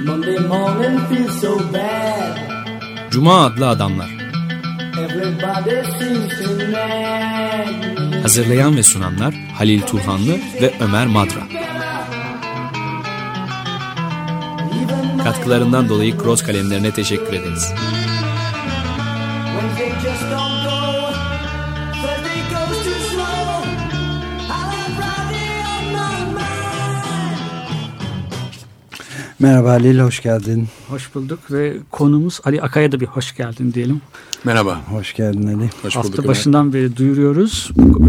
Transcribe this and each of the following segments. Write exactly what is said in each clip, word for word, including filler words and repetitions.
Cuma adlı adamlar. Hazırlayan ve sunanlar Halil Turhanlı ve Ömer Madra. Katkılarından dolayı Cross kalemlerine teşekkür ederiz. Merhaba Halil, hoş geldin. Hoş bulduk ve konumuz Ali Akay'a da bir hoş geldin diyelim. Merhaba. Hoş geldin Ali. Hoş Hafta bulduk. başından beri duyuruyoruz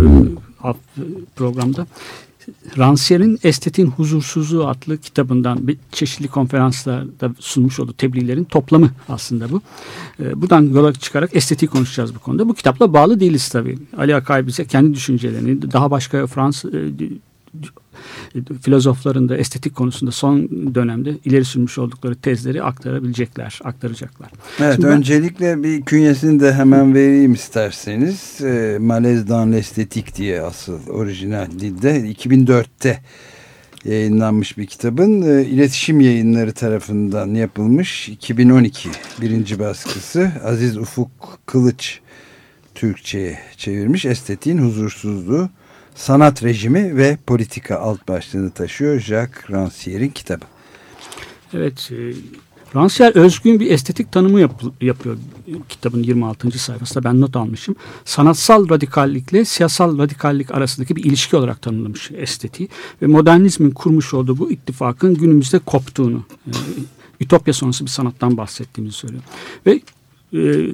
programda. Rancière'in Estetiğin Huzursuzluğu adlı kitabından bir çeşitli konferanslarda sunmuş olduğu tebliğlerin toplamı aslında bu. Buradan yola çıkarak estetiği konuşacağız bu konuda. Bu kitapla bağlı değiliz tabii. Ali Akay bize kendi düşüncelerini, daha başka Fransız filozofların da estetik konusunda son dönemde ileri sürmüş oldukları tezleri aktarabilecekler, aktaracaklar. Evet, şimdi öncelikle ben, bir künyesini de hemen vereyim isterseniz. E, Malaise dans l'esthétique diye asıl orijinal dilde iki bin dörtte yayınlanmış bir kitabın e, iletişim yayınları tarafından yapılmış iki bin on iki birinci baskısı. Aziz Ufuk Kılıç Türkçe'ye çevirmiş. Estetiğin Huzursuzluğu, Sanat Rejimi ve Politika alt başlığını taşıyor. Jacques Rancière'in kitabı. Evet, e, Rancière özgün bir estetik tanımı yap, yapıyor kitabın yirmi altıncı sayfasında. Ben not almışım. Sanatsal radikallikle siyasal radikallik arasındaki bir ilişki olarak tanımlamış estetiği ve modernizmin kurmuş olduğu bu ittifakın günümüzde koptuğunu, e, ütopya sonrası bir sanattan bahsettiğimizi söylüyor. Ve e,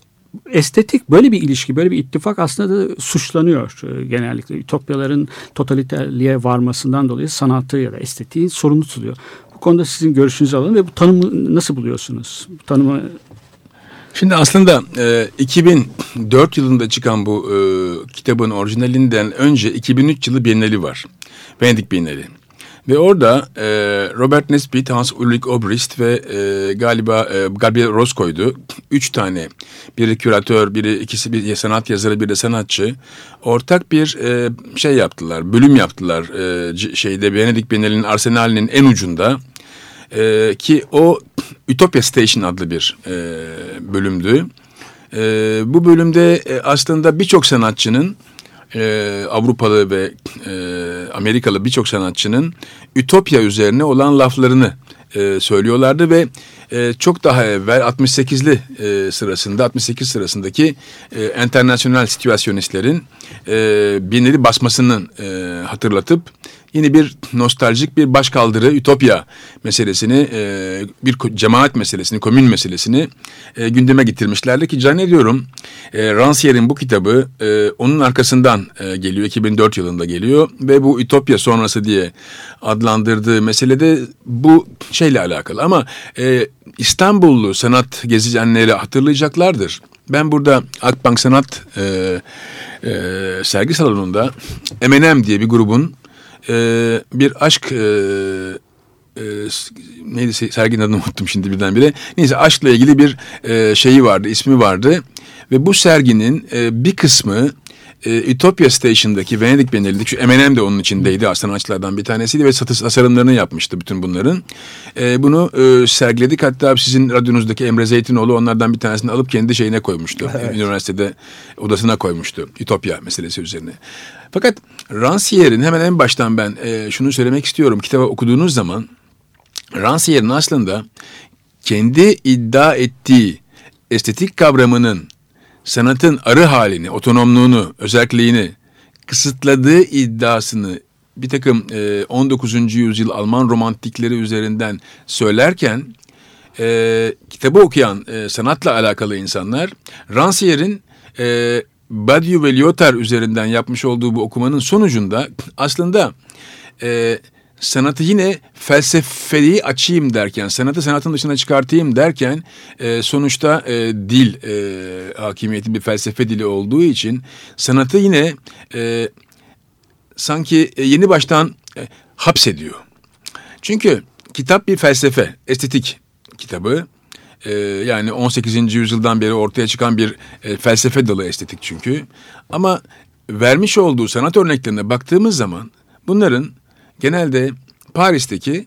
estetik böyle bir ilişki, böyle bir ittifak aslında da suçlanıyor genellikle. Ütopyaların totaliterliğe varmasından dolayı sanatı ya da estetiği sorumlu tutuluyor. Bu konuda sizin görüşünüzü alalım ve bu tanımı nasıl buluyorsunuz? Bu tanımı... Şimdi aslında e, iki bin dört yılında çıkan bu e, kitabın orijinalinden önce iki bin üç yılı Bienali var. Venedik Bienali. Ve orada e, Robert Nesbit, Hans Ulrich Obrist ve e, galiba e, Gabriel Roscoe'ydu. Üç tane, biri küratör, biri ikisi bir sanat yazarı, bir de sanatçı. Ortak bir e, şey yaptılar, bölüm yaptılar e, şeyde Venedik Bienali'nin arsenalinin en ucunda. E, ki o Utopia Station adlı bir e, bölümdü. E, bu bölümde e, aslında birçok sanatçının, Ee, Avrupalı ve e, Amerikalı birçok sanatçının Ütopya üzerine olan laflarını e, söylüyorlardı ve e, çok daha evvel altmış sekizli e, sırasında altmış sekiz sırasındaki e, internasyonel situasyonistlerin e, Bienali basmasının e, hatırlatıp yeni bir nostaljik bir başkaldırı Ütopya meselesini, e, bir cemaat meselesini, komün meselesini e, gündeme getirmişlerdi ki zannediyorum e, Rancière'in bu kitabı e, onun arkasından e, geliyor, iki bin dört yılında geliyor ve bu Ütopya sonrası diye adlandırdığı meselede bu şeyle alakalı. Ama e, İstanbullu sanat gezegenleri hatırlayacaklardır. Ben burada Akbank Sanat e, e, sergi salonunda M and M diye bir grubun Ee, bir aşk e, e, neydi serginin adını unuttum şimdi birdenbire. Neyse aşkla ilgili bir e, şeyi vardı, ismi vardı ve bu serginin e, bir kısmı e, Utopia Station'daki Venedik Bienali'ndeki şu M and M de onun içindeydi, sanatçılardan bir tanesiydi ve satış tasarımlarını yapmıştı bütün bunların. E, bunu e, sergiledik, hatta sizin radyonuzdaki Emre Zeytinoğlu onlardan bir tanesini alıp kendi şeyine koymuştu. Evet. Üniversitede odasına koymuştu Ütopya meselesi üzerine. Fakat Rancière'in hemen en baştan ben e, şunu söylemek istiyorum. Kitabı okuduğunuz zaman Rancière'in aslında kendi iddia ettiği estetik kavramının sanatın arı halini, otonomluğunu, özelliğini kısıtladığı iddiasını bir takım e, on dokuzuncu yüzyıl Alman romantikleri üzerinden söylerken e, kitabı okuyan e, sanatla alakalı insanlar Rancière'in e, Badiou ve Lyotard üzerinden yapmış olduğu bu okumanın sonucunda aslında e, sanatı yine felsefeyi açayım derken, sanatı sanatın dışına çıkartayım derken e, sonuçta e, dil e, hakimiyeti bir felsefe dili olduğu için sanatı yine e, sanki e, yeni baştan e, hapsediyor. Çünkü kitap bir felsefe, estetik kitabı. Ee, yani on sekizinci yüzyıldan beri ortaya çıkan bir e, felsefe dalı estetik çünkü. Ama vermiş olduğu sanat örneklerine baktığımız zaman bunların genelde Paris'teki,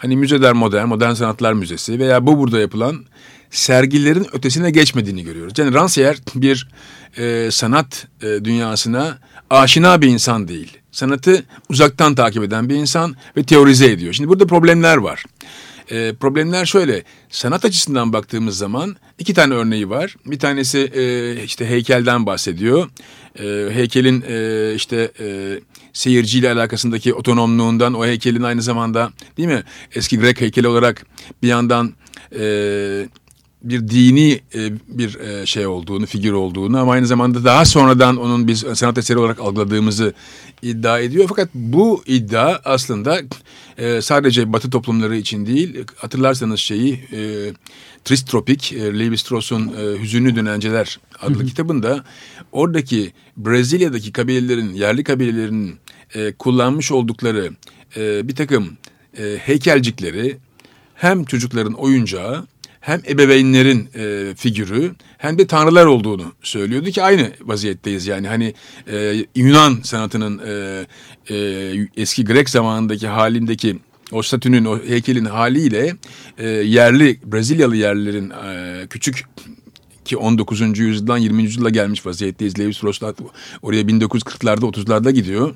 hani müzeler modern, modern sanatlar müzesi veya bu burada yapılan sergilerin ötesine geçmediğini görüyoruz. Yani Rancière bir e, sanat e, dünyasına aşina bir insan değil. Sanatı uzaktan takip eden bir insan ve teorize ediyor. Şimdi burada problemler var. E, problemler şöyle, sanat açısından baktığımız zaman iki tane örneği var. Bir tanesi e, işte heykelden bahsediyor. E, heykelin e, işte e, seyirciyle alakasındaki otonomluğundan, o heykelin aynı zamanda değil mi eski Grek heykeli olarak bir yandan e, bir dini e, bir e, şey olduğunu, figür olduğunu ama aynı zamanda daha sonradan onun biz sanat eseri olarak algıladığımızı iddia ediyor. Fakat bu iddia aslında e, sadece Batı toplumları için değil, hatırlarsanız şeyi e, Tristropik, e, Lévi-Strauss'un e, Hüzünlü Dönenceler adlı hı hı. kitabında oradaki Brezilya'daki kabilelerin, yerli kabilelerin e, kullanmış oldukları e, bir takım e, heykelcikleri hem çocukların oyuncağı hem ebeveynlerin e, figürü hem de tanrılar olduğunu söylüyordu ki aynı vaziyetteyiz. Yani hani e, Yunan sanatının e, e, eski Grek zamanındaki halindeki o statünün, o heykelin haliyle e, yerli Brezilyalı yerlilerin e, küçük ki on dokuzuncu yüzyıldan yirminci yüzyıla gelmiş vaziyetteyiz. Lévi-Strauss oraya bin dokuz yüz kırklarda otuzlarda gidiyor.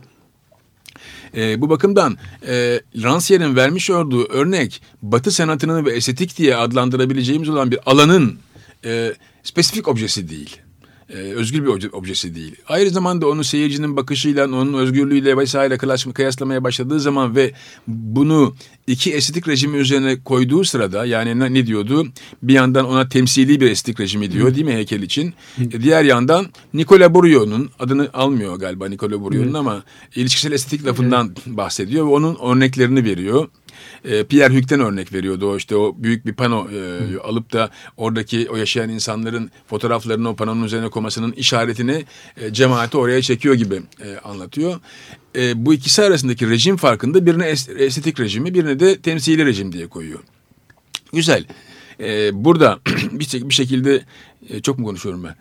E, bu bakımdan e, Rancière'in vermiş olduğu örnek Batı sanatının ve estetik diye adlandırabileceğimiz olan bir alanın e, spesifik objesi değil. E, özgür bir obje, objesi değil. Aynı zamanda onu seyircinin bakışıyla, onun özgürlüğüyle vesaire kıyaslamaya başladığı zaman ve bunu iki estetik rejimi üzerine koyduğu sırada, yani ne, ne diyordu? Bir yandan ona temsili bir estetik rejimi diyor, değil mi heykel için? E, diğer yandan Nicola Bourrio'nun, adını almıyor galiba Nicola Bourrio'nun ama ilişkisel estetik lafından bahsediyor ve onun örneklerini veriyor. Pierre Hugues'ten örnek veriyordu. O işte o büyük bir pano e, alıp da oradaki o yaşayan insanların fotoğraflarını o panonun üzerine koymasının işaretini e, cemaati oraya çekiyor gibi e, anlatıyor. E, bu ikisi arasındaki rejim farkında birine estetik rejimi, birine de temsili rejim diye koyuyor. Güzel. E, burada bir, bir şekilde e, çok mu konuşuyorum ben?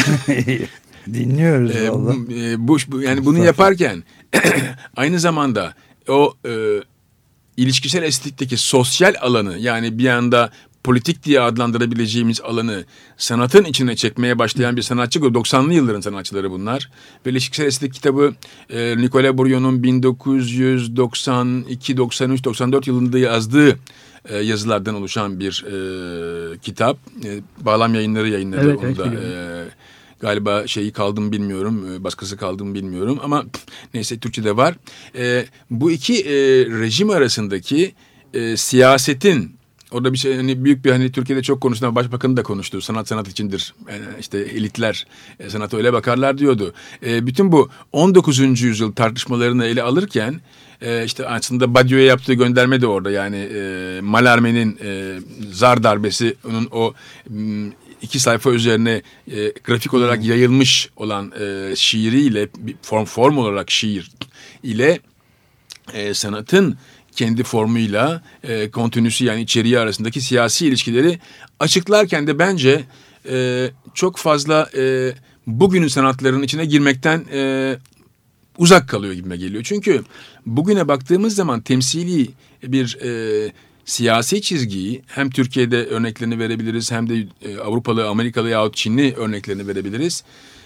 Dinliyoruz e, valla. E, bu, bu yani bunu yaparken aynı zamanda o e, İlişkisel estetikteki sosyal alanı, yani bir yanda politik diye adlandırabileceğimiz alanı sanatın içine çekmeye başlayan bir sanatçı. doksanlı yılların sanatçıları bunlar. Ve ilişkisel estetik kitabı e, Nicola Bourrio'nun bin dokuz yüz doksan iki, doksan üç, doksan dört yılında yazdığı e, yazılardan oluşan bir e, kitap. E, Bağlam Yayınları yayınladı evet, onu evet, da. E, Galiba şeyi kaldım bilmiyorum, baskısı kaldım bilmiyorum ama neyse Türkçe'de var. E, bu iki e, rejim arasındaki e, siyasetin, orada bir şey hani büyük bir hani Türkiye'de çok konuşulan, başbakanın da konuştuğu sanat sanat içindir. Yani işte elitler e, sanata öyle bakarlar diyordu. E, bütün bu on dokuzuncu yüzyıl tartışmalarını ele alırken e, işte aslında Badiou'ya yaptığı gönderme de orada, yani e, Mallarmé'nin e, zar darbesi, onun o m, iki sayfa üzerine e, grafik olarak yayılmış olan e, şiiriyle, form form olarak şiir ile e, sanatın kendi formuyla e, kontinüsü, yani içeriği arasındaki siyasi ilişkileri açıklarken de bence e, çok fazla e, bugünün sanatlarının içine girmekten e, uzak kalıyor gibime geliyor. Çünkü bugüne baktığımız zaman temsili bir e, siyasi çizgiyi hem Türkiye'de örneklerini verebiliriz hem de e, Avrupalı, Amerikalı yahut Çinli örneklerini verebiliriz.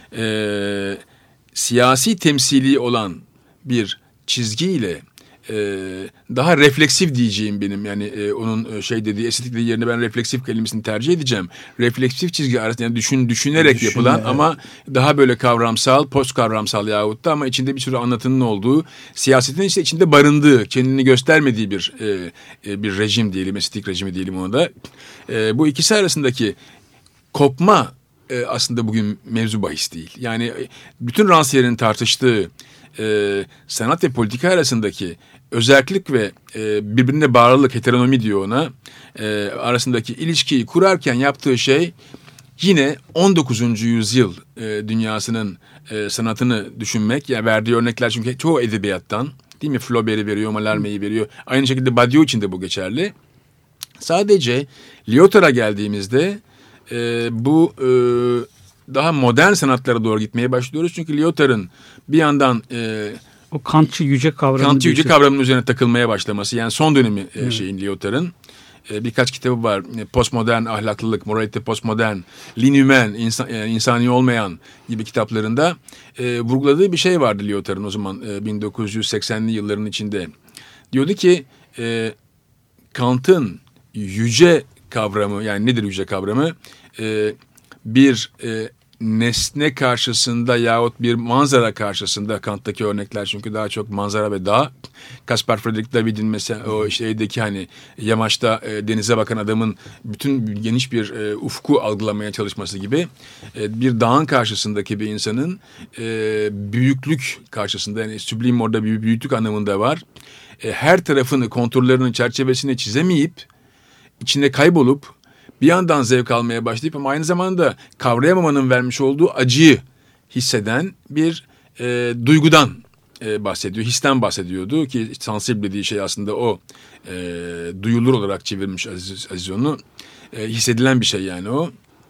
E, siyasi temsili olan bir çizgiyle e, daha refleksif diyeceğim benim, yani e, onun şey dediği estetikliği yerine ben refleksif kelimesini tercih edeceğim. Refleksif çizgi arasında, yani düşün, düşünerek Düşünme, yapılan evet. ama daha böyle kavramsal, post kavramsal yahut da ama içinde bir sürü anlatının olduğu, siyasetin işte içinde barındığı, kendini göstermediği bir e, e, bir rejim diyelim, estetik rejimi diyelim ona da. E, bu ikisi arasındaki kopma e, aslında bugün mevzu bahis değil. Yani bütün Rancière'in tartıştığı e, sanat ve politika arasındaki özellik ve e, birbirine bağlılık, heteronomi diyor ona, e, arasındaki ilişkiyi kurarken yaptığı şey yine on dokuzuncu yüzyıl e, dünyasının e, sanatını düşünmek. Yani verdiği örnekler çünkü çoğu edebiyattan, değil mi? Flaubert'i veriyor, Mallarmé'yi veriyor. Aynı şekilde Badiou için de bu geçerli. Sadece Lyotard'a geldiğimizde e, bu e, daha modern sanatlara doğru gitmeye başlıyoruz. Çünkü Lyotard'ın bir yandan e, O Kantçı yüce kavramı. Kantçı yüce kavramının üzerine takılmaya başlaması. Yani son dönemi evet. şeyin Lyotard'ın. Birkaç kitabı var. Postmodern ahlaklılık, moralite postmodern, l'inhumain, insan, yani insani olmayan gibi kitaplarında e, vurguladığı bir şey vardı Lyotard'ın o zaman e, bin dokuz yüz seksenli yılların içinde. Diyordu ki e, Kant'ın yüce kavramı, yani nedir yüce kavramı? E, bir e, nesne karşısında yahut bir manzara karşısında, Kant'taki örnekler çünkü daha çok manzara ve dağ. Caspar Frederick David'in mesela o şeydeki hani yamaçta e, denize bakan adamın bütün geniş bir e, ufku algılamaya çalışması gibi e, bir dağın karşısındaki bir insanın e, büyüklük karşısında, yani sublim orada bir büyüklük anlamında var. E, her tarafını, konturlarını, çerçevesini çizemeyip içinde kaybolup bir yandan zevk almaya başlayıp ama aynı zamanda kavrayamamanın vermiş olduğu acıyı hisseden bir e, duygudan e, bahsediyor. Histen bahsediyordu ki sensible dediği şey aslında o e, duyulur olarak çevirmiş Aziz, Aziz onu. E, hissedilen bir şey yani o.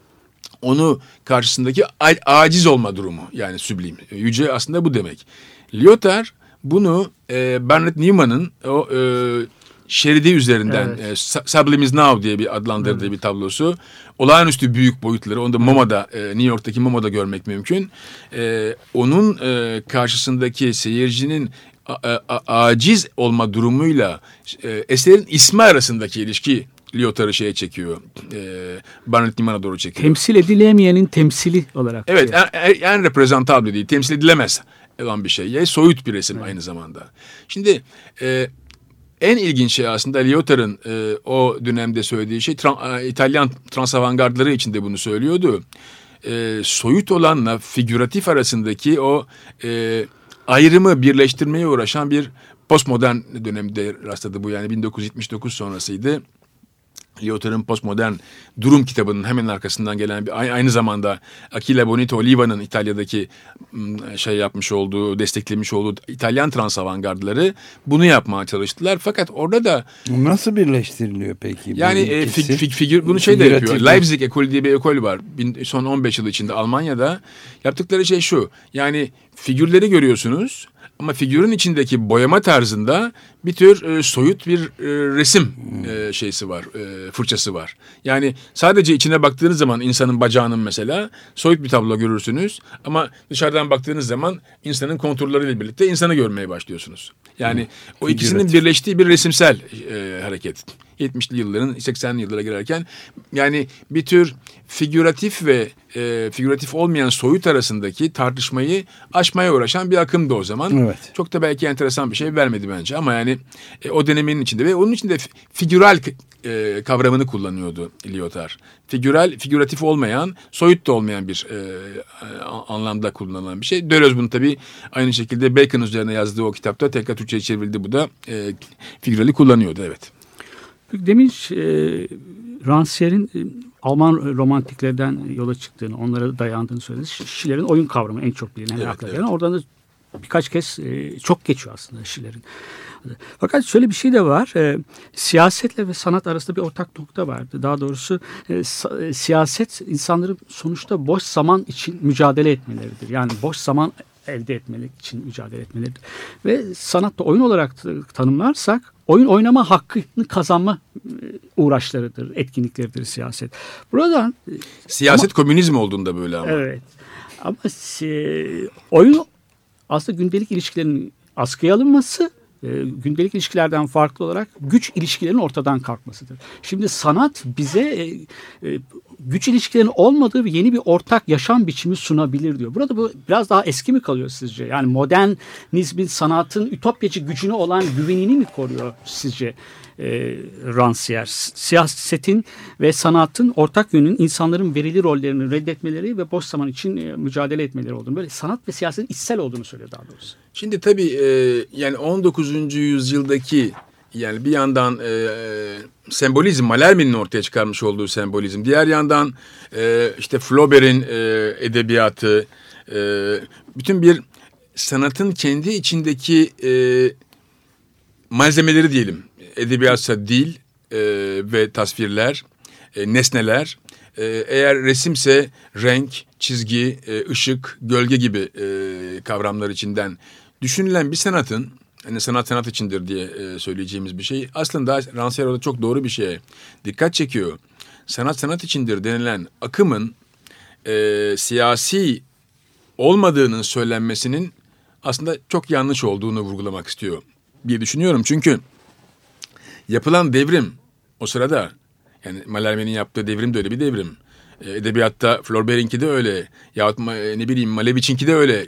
Onu karşısındaki a- aciz olma durumu, yani sublim. E, yüce aslında bu demek. Lyotard bunu e, Bernard Newman'ın o e, şeridi üzerinden evet. e, Sublime is Now diye bir adlandırdığı evet. bir tablosu. Olağanüstü büyük boyutları. Onu da MoMA'da, e, New York'taki MoMA'da görmek mümkün. E, onun e, karşısındaki seyircinin a, a, aciz olma durumuyla e, eserin ismi arasındaki ilişki Lyotard'ı şeye çekiyor. E, Bernard Newman'a doğru çekiyor. Temsil edilemeyenin temsili olarak. Evet, en, en, en reprezentable değil. Temsil edilemez olan bir şey. Yani soyut bir resim evet. aynı zamanda. Şimdi e, en ilginç şey aslında Lyotard'ın e, o dönemde söylediği şey, tra- İtalyan transavantgardları içinde bunu söylüyordu. E, soyut olanla figüratif arasındaki o e, ayrımı birleştirmeye uğraşan bir postmodern dönemde rastladı bu, yani bin dokuz yüz yetmiş dokuz sonrasıydı. Lyotard'ın Postmodern Durum kitabının hemen arkasından gelen bir, aynı zamanda Achille Bonito Oliva'nın İtalya'daki şey yapmış olduğu, desteklemiş olduğu İtalyan transavantgardları bunu yapmaya çalıştılar. Fakat orada da nasıl birleştiriliyor peki? Yani e, fig, fig, figür bunu şey de yapıyor. Leipzig ekolü diye bir ekol var. Son on beş yıl içinde Almanya'da yaptıkları şey şu. Yani figürleri görüyorsunuz. Ama figürün içindeki boyama tarzında bir tür e, soyut bir e, resim e, şeysi var, e, fırçası var. Yani sadece içine baktığınız zaman insanın bacağının mesela soyut bir tablo görürsünüz. Ama dışarıdan baktığınız zaman insanın konturlarıyla birlikte insanı görmeye başlıyorsunuz. Yani hmm. o ikisinin birleştiği bir resimsel e, hareket. yetmişli yılların seksenli yıllara girerken yani bir tür figüratif ve e, figüratif olmayan soyut arasındaki tartışmayı aşmaya uğraşan bir akımdı o zaman. Evet. Çok da belki enteresan bir şey vermedi bence ama yani e, o dönemin içinde ve onun içinde figüral e, kavramını kullanıyordu Lyotard. Figüral, figüratif olmayan, soyut da olmayan bir e, anlamda kullanılan bir şey. Deleuze bunu tabii aynı şekilde Bacon üzerine yazdığı o kitapta tekrar Türkçe'ye çevrildi, bu da e, figürali kullanıyordu, evet. Demin e, Rancière'in e, Alman romantiklerden yola çıktığını, onlara dayandığını söyledi. Schiller'in oyun kavramı en çok bilinen, evet, akla gelen. Evet. Oradan da birkaç kez e, çok geçiyor aslında Schiller'in. Fakat şöyle bir şey de var. E, siyasetle ve sanat arasında bir ortak nokta vardı. Daha doğrusu e, sa- siyaset insanların sonuçta boş zaman için mücadele etmeleridir. Yani boş zaman elde etmeleri için mücadele etmeleridir. Ve sanatta oyun olarak tanımlarsak oyun oynama hakkını kazanma uğraşlarıdır, etkinlikleridir siyaset. Buradan siyaset ama, komünizm olduğunda böyle ama. Evet. Ama e, oyun aslında gündelik ilişkilerin askıya alınması, e, gündelik ilişkilerden farklı olarak güç ilişkilerinin ortadan kalkmasıdır. Şimdi sanat bize e, e, güç ilişkilerinin olmadığı yeni bir ortak yaşam biçimi sunabilir diyor. Burada bu biraz daha eski mi kalıyor sizce? Yani modernizmin sanatın ütopyacı gücüne olan güvenini mi koruyor sizce e, Rancière? Siyasetin ve sanatın ortak yönünün insanların verili rollerini reddetmeleri ve boş zaman için e, mücadele etmeleri olduğunu, böyle sanat ve siyasetin içsel olduğunu söylüyor daha doğrusu. Şimdi tabii e, yani on dokuzuncu yüzyıldaki, yani bir yandan e, sembolizm, Mallarmé'nin ortaya çıkarmış olduğu sembolizm, diğer yandan e, işte Flaubert'in e, edebiyatı, e, bütün bir sanatın kendi içindeki e, malzemeleri diyelim, edebiyatsa dil e, ve tasvirler, e, nesneler, e, eğer resimse renk, çizgi, e, ışık, gölge gibi e, kavramlar içinden düşünülen bir sanatın, hani sanat sanat içindir diye e, söyleyeceğimiz bir şey, aslında Rancière orada çok doğru bir şeye dikkat çekiyor. Sanat sanat içindir denilen akımın e, siyasi olmadığının söylenmesinin aslında çok yanlış olduğunu vurgulamak istiyor diye düşünüyorum. Çünkü yapılan devrim o sırada, yani Mallarmé'nin yaptığı devrim de öyle bir devrim. Edebiyatta Flaubert'inki de öyle. Yahut ne bileyim Malevich'inki de öyle.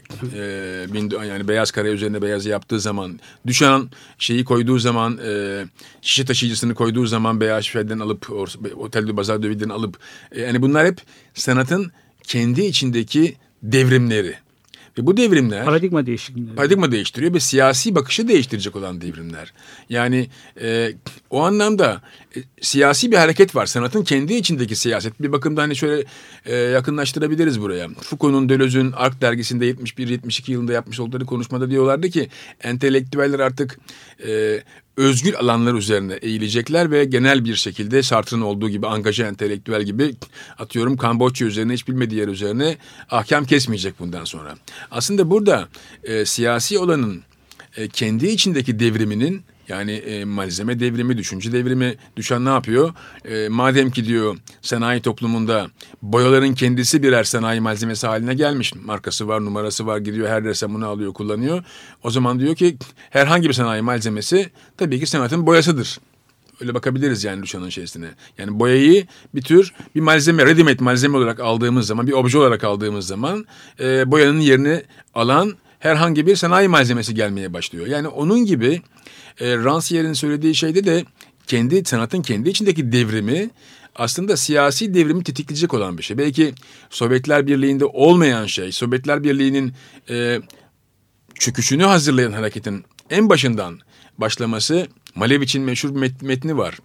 Ee, yani beyaz kare üzerine beyaz yaptığı zaman, Duchamp şeyi koyduğu zaman, e, şişe taşıyıcısını koyduğu zaman beyaz şifreden alıp, Hotel du Bazar de Ville'den alıp, e, yani bunlar hep sanatın kendi içindeki devrimleri. Ve bu devrimler paradigma değişikliği. Paradigma değiştiriyor ve siyasi bakışı değiştirecek olan devrimler. Yani e, o anlamda e, siyasi bir hareket var. Sanatın kendi içindeki siyaset. Bir bakımda hani şöyle e, yakınlaştırabiliriz buraya. Foucault'un, Deleuze'ün Ark dergisinde yetmiş bir yetmiş iki yılında yapmış oldukları konuşmada diyorlardı ki entelektüeller artık e, özgür alanlar üzerine eğilecekler ve genel bir şekilde Sartre'ın olduğu gibi angaje entelektüel gibi, atıyorum Kamboçya üzerine, hiç bilmediği yer üzerine ahkam kesmeyecek bundan sonra. Aslında burada e, siyasi olanın e, kendi içindeki devriminin, yani e, malzeme devrimi, düşünce devrimi, Duchamp ne yapıyor? E, madem ki diyor sanayi toplumunda boyaların kendisi birer sanayi malzemesi haline gelmiş. Markası var, numarası var, gidiyor her ressam bunu alıyor, kullanıyor. O zaman diyor ki herhangi bir sanayi malzemesi tabii ki sanatın boyasıdır. Öyle bakabiliriz yani Duchamp'ın şeysine. Yani boyayı bir tür bir malzeme, ready-made malzeme olarak aldığımız zaman, bir obje olarak aldığımız zaman e, boyanın yerini alan herhangi bir sanayi malzemesi gelmeye başlıyor. Yani onun gibi e, Rancière'in söylediği şeyde de kendi sanatın kendi içindeki devrimi aslında siyasi devrimi tetikleyecek olan bir şey. Belki Sovyetler Birliği'nde olmayan şey, Sovyetler Birliği'nin e, çöküşünü hazırlayan hareketin en başından başlaması, Malevich'in meşhur met- metni var.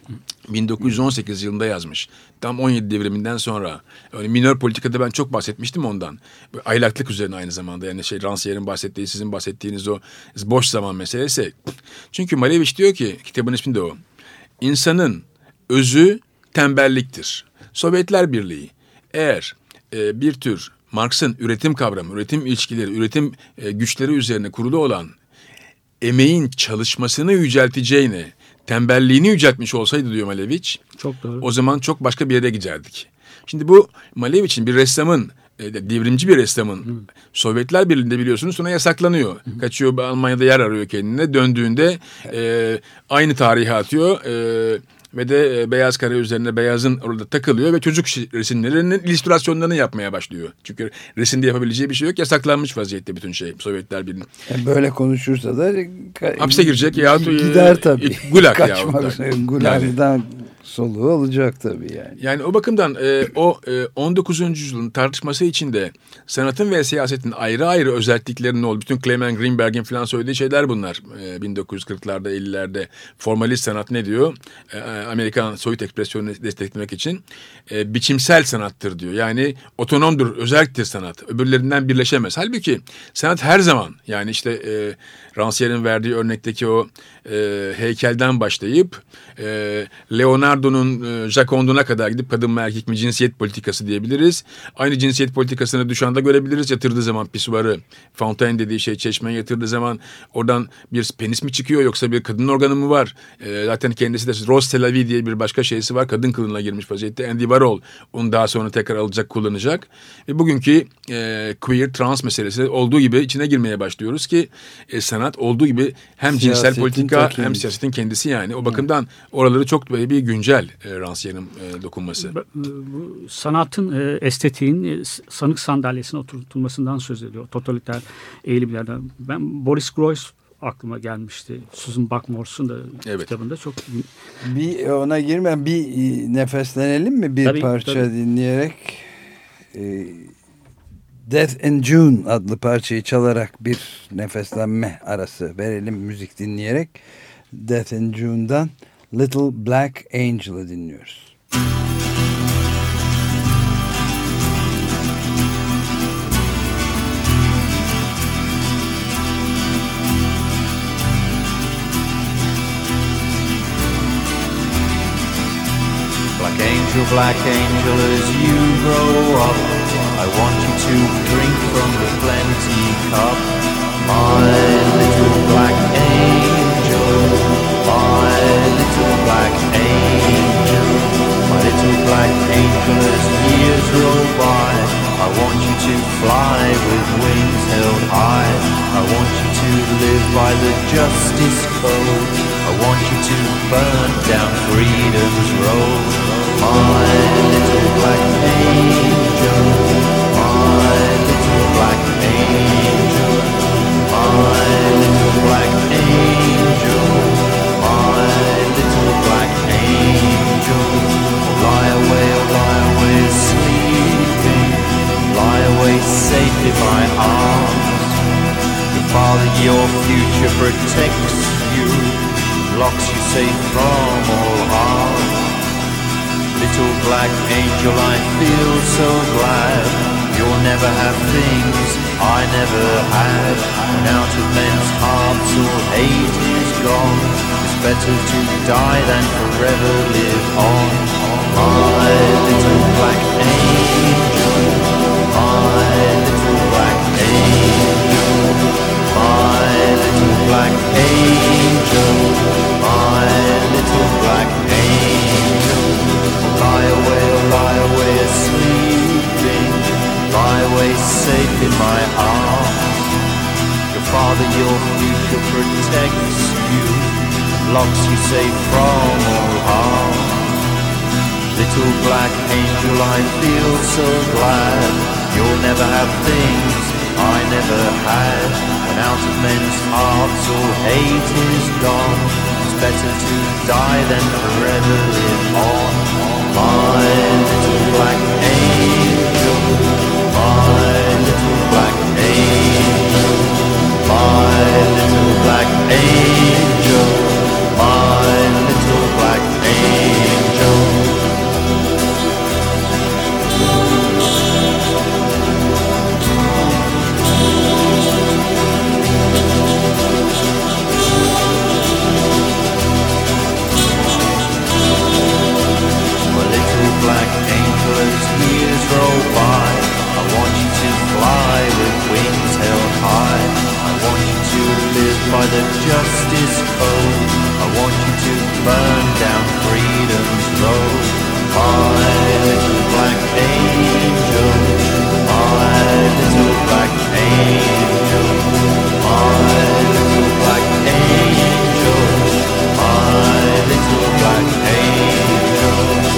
bin dokuz yüz on sekiz yılında yazmış. Tam on yedi devriminden sonra. Öyle minör politikada ben çok bahsetmiştim ondan. Böyle aylaklık üzerine aynı zamanda. Yani şey Rancière'in bahsettiği, sizin bahsettiğiniz o boş zaman meselesi. Çünkü Malevich diyor ki, kitabın ismi de o. İnsanın özü tembelliktir. Sovyetler Birliği eğer e, bir tür Marx'ın üretim kavramı, üretim ilişkileri, üretim e, güçleri üzerine kurulu olan emeğin çalışmasını yücelteceğine, tembelliğini yüceltmiş olsaydı diyor Malevich, çok doğru. O zaman çok başka bir yere giderdik. Şimdi bu Malevich'in, bir ressamın, e, devrimci bir ressamın, Hı. Sovyetler Birliği'nde biliyorsunuz sonra yasaklanıyor. Hı. Kaçıyor, Almanya'da yer arıyor kendine. Döndüğünde e, aynı tarihe atıyor. E, Ve de e, beyaz kare üzerine beyazın orada takılıyor ve çocuk resimlerinin illüstrasyonlarını yapmaya başlıyor. Çünkü resimde yapabileceği bir şey yok. Yasaklanmış vaziyette bütün şey Sovyetler Birliği. Yani böyle konuşursa da hapse girecek ya gider tabii. E, gulag Kaçmak, gulagdan yani. Soluğu alacak tabii yani. Yani o bakımdan e, o e, on dokuzuncu yüzyılın tartışması içinde sanatın ve siyasetin ayrı ayrı özelliklerinin olduğu, bütün Clement Greenberg'in falan söylediği şeyler bunlar. E, bin dokuz yüz kırklarda ellilerde formalist sanat ne diyor? E, Amerikan soyut ekspresyonunu desteklemek için e, biçimsel sanattır diyor. Yani otonomdur, özelliktir sanat. Öbürlerinden birleşemez. Halbuki sanat her zaman, yani işte e, Rancière'in verdiği örnekteki o e, heykelden başlayıp e, Leonardo'nun e, Jacond'una kadar gidip kadın mı erkek mi cinsiyet politikası diyebiliriz. Aynı cinsiyet politikasını Duchamp'da görebiliriz. Yatırdığı zaman pisuarı, Fontaine dediği şey çeşmeye yatırdığı zaman oradan bir penis mi çıkıyor yoksa bir kadın organı mı var? E, zaten kendisi de Rose Tel Aviv diye bir başka şeysi var. Kadın kılığına girmiş vaziyette. Andy Warhol onu daha sonra tekrar alacak, kullanacak. Ve bugünkü e, queer, trans meselesi olduğu gibi içine girmeye başlıyoruz ki e, sanat olduğu gibi hem siyasetin cinsel politika kendisi. hem siyasetin kendisi yani. O bakımdan oraları çok böyle bir güncel e, Rancière'in e, dokunması. Bu sanatın, e, estetiğin e, sanık sandalyesine oturtulmasından söz ediyor. Totaliter eğilimlerden. Ben Boris Groys aklıma gelmişti. Susan Buck-Morss'un da evet. kitabında çok... Bir ona girmem, bir nefeslenelim mi bir tabii, parça tabii. dinleyerek? E, Death in June adlı parçayı çalarak bir nefeslenme arası verelim, müzik dinleyerek. Death in June'dan Little Black Angel'ı dinliyoruz. Black angel, black angel, as you grow up, I want you to drink from the plenty cup. my little black angel, my little black angel, my little black angel. As years roll by, I want you to fly with wings held high. I want you to live by the justice code. I want you to burn down freedom's road. My little black angel, my little black angel, my little black angel, my little black angel. Lie away, oh lie away, sleeping. Lie away safe in my arms. Your father, your future protects you, locks you safe from all harm. Little black angel, I feel so glad. You'll never have things I never had. When out of men's hearts all hate is gone, it's better to die than forever live on. My little black angel, my little black angel, my little black angel, my little black angel. Lie away, oh lie away sleeping, lie away safe in my arms. Your father, your future protects you, locks you safe from all harm. Little black angel, I feel so glad. You'll never have things I never had. When out of men's hearts all hate is gone, it's better to die than forever live on. My little black angel, my little black angel, my little black angel, my little black angel. Black angel, as years roll by, I want you to fly with wings held high. I want you to live by the justice code. I want you to burn down freedom's road. My little black angel, my little black angel, my little black angel, my little black angel.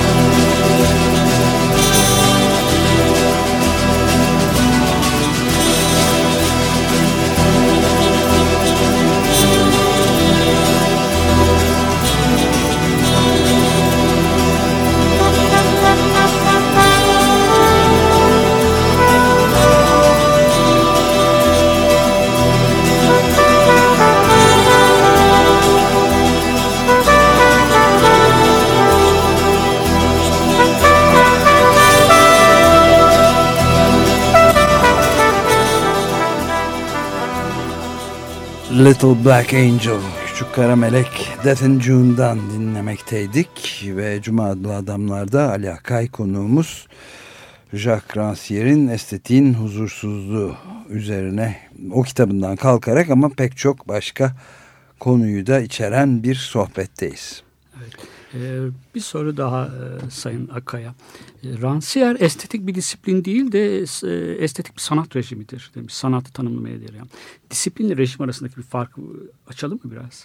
Little Black Angel, Küçük Kara Melek, Death in June'dan dinlemekteydik ve Cuma adlı adamlarda Ali Akay konuğumuz. Jacques Rancière'in Estetiğin Huzursuzluğu üzerine o kitabından kalkarak ama pek çok başka konuyu da içeren bir sohbetteyiz. Evet. Ee, bir soru daha e, Sayın Akay'a. E, Rancière estetik bir disiplin değil de e, estetik bir sanat rejimidir demiş. Sanatı tanımlamaya diyor. Yani. Disiplinle rejim arasındaki bir farkı açalım mı biraz?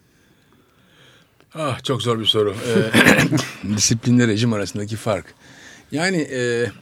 Ah, çok zor bir soru. Ee, disiplinle rejim arasındaki fark. Yani e,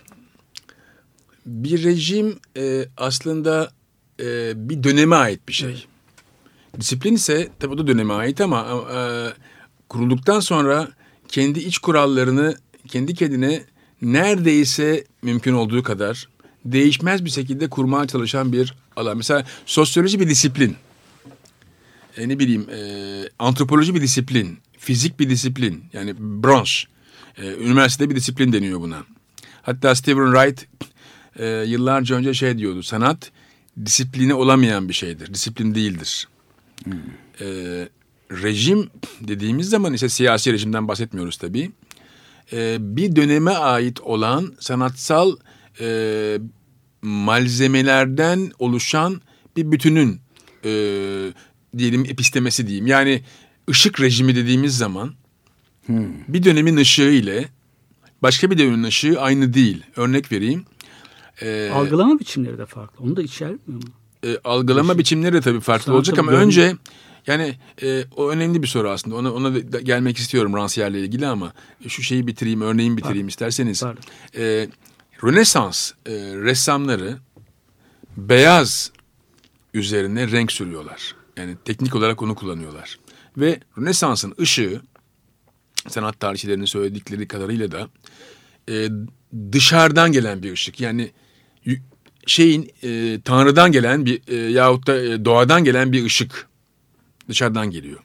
bir rejim e, aslında e, bir döneme ait bir şey. Evet. Disiplin ise tabii o da döneme ait ama e, kurulduktan sonra kendi iç kurallarını kendi kendine neredeyse mümkün olduğu kadar değişmez bir şekilde kurmaya çalışan bir alan. Mesela sosyoloji bir disiplin. E, ne bileyim e, antropoloji bir disiplin. Fizik bir disiplin. Yani branş. E, üniversitede bir disiplin deniyor buna. Hatta Stephen Wright e, yıllarca önce şey diyordu. Sanat disipline olamayan bir şeydir. Disiplin değildir. Hmm. E, rejim dediğimiz zaman ise siyasi rejimden bahsetmiyoruz tabii. E, bir döneme ait olan sanatsal e, malzemelerden oluşan bir bütünün e, diyelim epistemesi diyeyim. Yani ışık rejimi dediğimiz zaman hmm. bir dönemin ışığı ile başka bir dönemin ışığı aynı değil. Örnek vereyim. Ee, algılama biçimleri de farklı. Onu da içermiyor mu? E, algılama Işık. biçimleri de tabii farklı Sanatım olacak ama görün... önce yani e, o önemli bir soru aslında. Ona, ona da gelmek istiyorum Rancière'le ilgili ama şu şeyi bitireyim, örneğin bitireyim Pardon. isterseniz. Pardon. E, Rönesans e, ressamları beyaz üzerine renk sürüyorlar. Yani teknik olarak onu kullanıyorlar. Ve Rönesans'ın ışığı, sanat tarihçilerinin söyledikleri kadarıyla da e, dışarıdan gelen bir ışık. Yani şeyin e, Tanrı'dan gelen bir e, yahut da e, doğadan gelen bir ışık dışarıdan geliyor.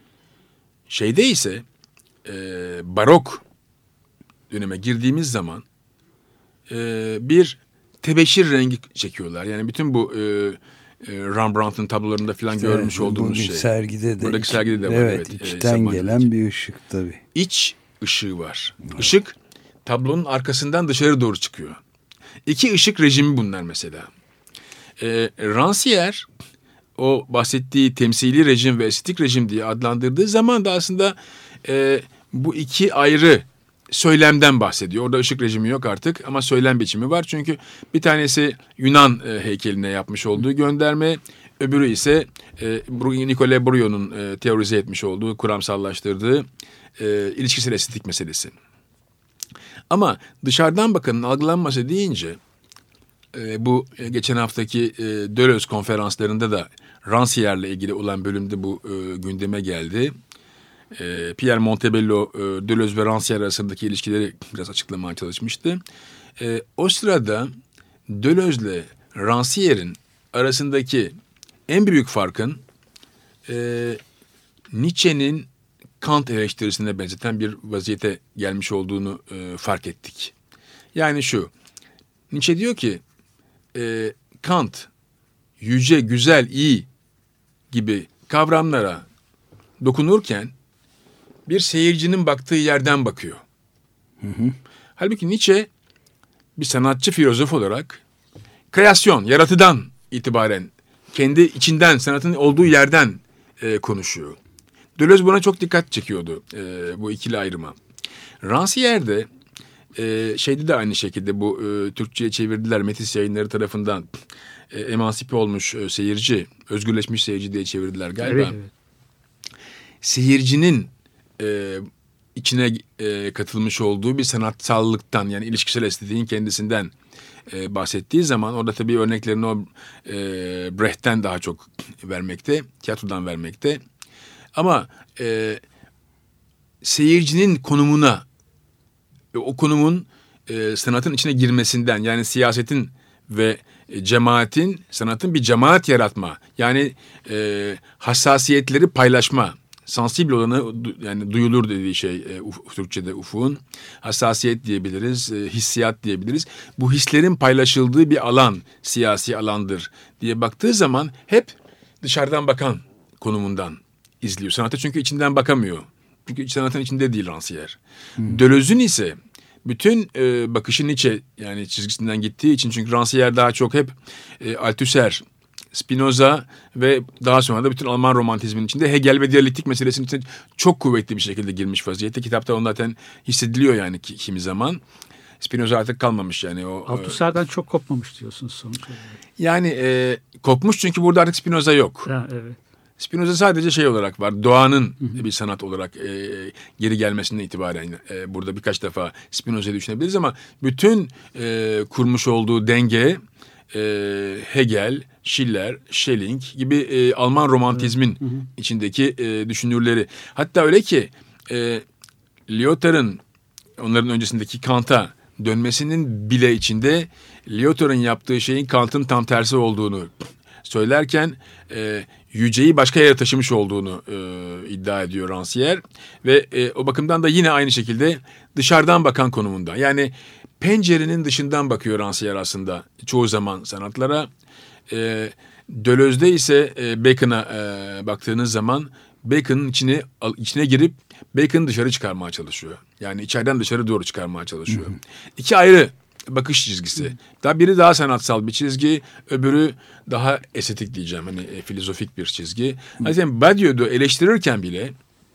Şeyde ise e, barok döneme girdiğimiz zaman e, bir tebeşir rengi çekiyorlar. Yani bütün bu e, e, Rembrandt'ın tablolarında falan işte, görmüş olduğumuz şey. Sergide de Buradaki iç, sergide de var. Evet, evet içten e, gelen içi. bir ışık tabii. İç ışığı var. Evet. Işık tablonun arkasından dışarı doğru çıkıyor. İki ışık rejimi bunlar mesela. E, Rancière o bahsettiği temsili rejim ve estetik rejim diye adlandırdığı zaman da aslında e, bu iki ayrı söylemden bahsediyor. Orada ışık rejimi yok artık ama söylem biçimi var. Çünkü bir tanesi Yunan e, heykeline yapmış olduğu gönderme, öbürü ise e, Nicole Bruyon'un e, teorize etmiş olduğu, kuramsallaştırdığı e, ilişkisel estetik meselesi. Ama dışarıdan bakanın algılanması deyince e, bu e, geçen haftaki e, Deleuze konferanslarında da Rancière'le ilgili olan bölümde bu e, gündeme geldi. E, Pierre Montebello, e, Deleuze ve Rancière arasındaki ilişkileri biraz açıklamaya çalışmıştı. E, o sırada Deleuze'le Rancière'in arasındaki en büyük farkın e, Nietzsche'nin Kant eleştirisine benzeten bir vaziyete gelmiş olduğunu e, fark ettik. Yani şu, Nietzsche diyor ki e, Kant yüce, güzel, iyi gibi kavramlara dokunurken bir seyircinin baktığı yerden bakıyor. Hı hı. Halbuki Nietzsche bir sanatçı filozof olarak kreasyon, yaratıdan itibaren kendi içinden, sanatın olduğu yerden e, konuşuyor. Deleuze buna çok dikkat çekiyordu e, bu ikili ayrıma. Rancière de e, şeyde de aynı şekilde bu e, Türkçe'ye çevirdiler Metis Yayınları tarafından e, emansipe olmuş e, seyirci, özgürleşmiş seyirci diye çevirdiler galiba. Evet, evet. Seyircinin e, içine e, katılmış olduğu bir sanatsallıktan yani ilişkisel estetiğin kendisinden e, bahsettiği zaman orada tabii örneklerini o e, Brecht'ten daha çok vermekte, tiyatrodan vermekte. Ama e, seyircinin konumuna, o konumun e, sanatın içine girmesinden yani siyasetin ve e, cemaatin, sanatın bir cemaat yaratma yani e, hassasiyetleri paylaşma, sensibil olanı yani duyulur dediği şey e, uf, Türkçe'de ufukun hassasiyet diyebiliriz, e, hissiyat diyebiliriz. Bu hislerin paylaşıldığı bir alan, siyasi alandır diye baktığı zaman hep dışarıdan bakan konumundan izliyor. Sanata çünkü içinden bakamıyor. Çünkü sanatın içinde değil Rancière. Hmm. Deleuze'ün ise bütün e, bakışı Nietzsche yani çizgisinden gittiği için çünkü Rancière daha çok hep e, Althusser, Spinoza ve daha sonra da bütün Alman romantizmin içinde Hegel ve diyalektik meselesinin içine çok kuvvetli bir şekilde girmiş vaziyette. Kitapta onu zaten hissediliyor yani ki, kimi zaman. Spinoza artık kalmamış yani. O Althusser'den e, çok kopmamış diyorsunuz sonuç olarak. Yani e, kopmuş çünkü burada artık Spinoza yok. Ha, evet. Spinoza sadece şey olarak var, doğanın hı hı. bir sanat olarak e, geri gelmesinden itibaren e, burada birkaç defa Spinoza'yı düşünebiliriz ama bütün e, kurmuş olduğu denge e, Hegel, Schiller, Schelling gibi e, Alman romantizmin hı hı. içindeki e, düşünürleri. Hatta öyle ki e, Lyotard'ın onların öncesindeki Kant'a dönmesinin bile içinde Lyotard'ın yaptığı şeyin Kant'ın tam tersi olduğunu söylerken e, yüceyi başka yere taşımış olduğunu e, iddia ediyor Rancière ve e, o bakımdan da yine aynı şekilde dışarıdan bakan konumunda. Yani pencerenin dışından bakıyor Rancière aslında çoğu zaman sanatlara. E, Deleuze'de ise e, Bacon'a e, baktığınız zaman Bacon'ın içine içine girip Bacon'ı dışarı çıkarmaya çalışıyor. Yani içeriden dışarı doğru çıkarmaya çalışıyor. Hı hı. İki ayrı bakış çizgisi. Daha biri daha sanatsal bir çizgi, öbürü daha estetik diyeceğim. Hani e, filozofik bir çizgi. Zaten Badiou'yu eleştirirken bile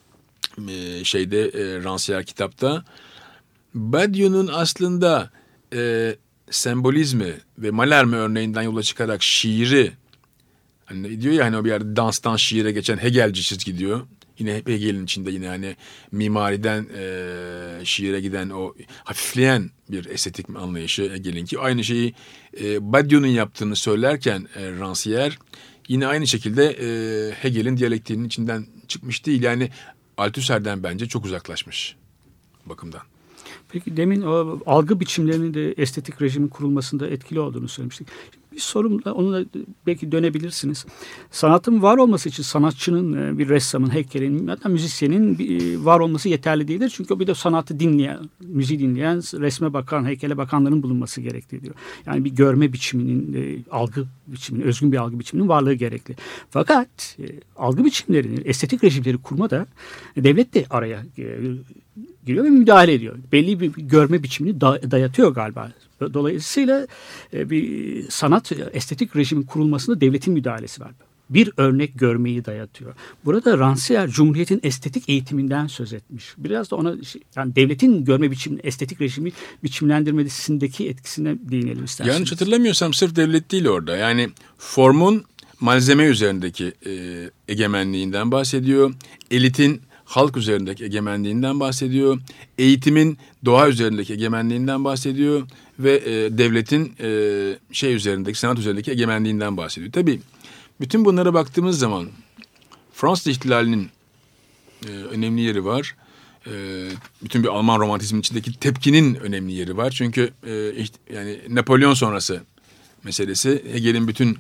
e, şeyde e, Rancière kitapta Badiou'nun aslında e, sembolizmi ve Mallarmé örneğinden yola çıkarak şiiri, hani diyor ya hani o bir yerde danstan şiire geçen Hegelci çizgi diyor. Yine Hegel'in içinde yine hani mimariden e, şiire giden o hafifleyen bir estetik anlayışı Hegel'inki. Aynı şeyi e, Badiou'nun yaptığını söylerken e, Rancière yine aynı şekilde e, Hegel'in diyalektiğinin içinden çıkmış değil. Yani Althusser'den bence çok uzaklaşmış bakımdan. Peki demin o algı biçimlerinin de estetik rejimin kurulmasında etkili olduğunu söylemiştik. Bir sorumla onunla belki dönebilirsiniz. Sanatın var olması için sanatçının, bir ressamın, heykelin ya da müzisyenin var olması yeterli değildir. Çünkü o bir de sanatı dinleyen, müziği dinleyen, resme bakan, heykele bakanların bulunması gerekli diyor. Yani bir görme biçiminin, algı biçiminin, özgün bir algı biçiminin varlığı gerekli. Fakat algı biçimlerini, estetik rejimleri kurmada devlet de araya giriyor ve müdahale ediyor. Belli bir görme biçimini dayatıyor galiba. Dolayısıyla bir sanat estetik rejimin kurulmasında devletin müdahalesi var. Bir örnek görmeyi dayatıyor. Burada Rancière Cumhuriyet'in estetik eğitiminden söz etmiş. Biraz da ona yani devletin görme biçimini, estetik rejimi biçimlendirmesindeki etkisine değinelim isterseniz. Yanlış hatırlamıyorsam sırf devlet değil orada. Yani formun malzeme üzerindeki e, egemenliğinden bahsediyor. Elitin halk üzerindeki egemenliğinden bahsediyor. Eğitimin doğa üzerindeki egemenliğinden bahsediyor. Ve e, devletin e, şey üzerindeki, sanat üzerindeki egemenliğinden bahsediyor. Tabii bütün bunlara baktığımız zaman Fransız ihtilalinin e, önemli yeri var. E, bütün bir Alman romantizmin içindeki tepkinin önemli yeri var. Çünkü e, işte, yani Napolyon sonrası meselesi, Hegel'in bütün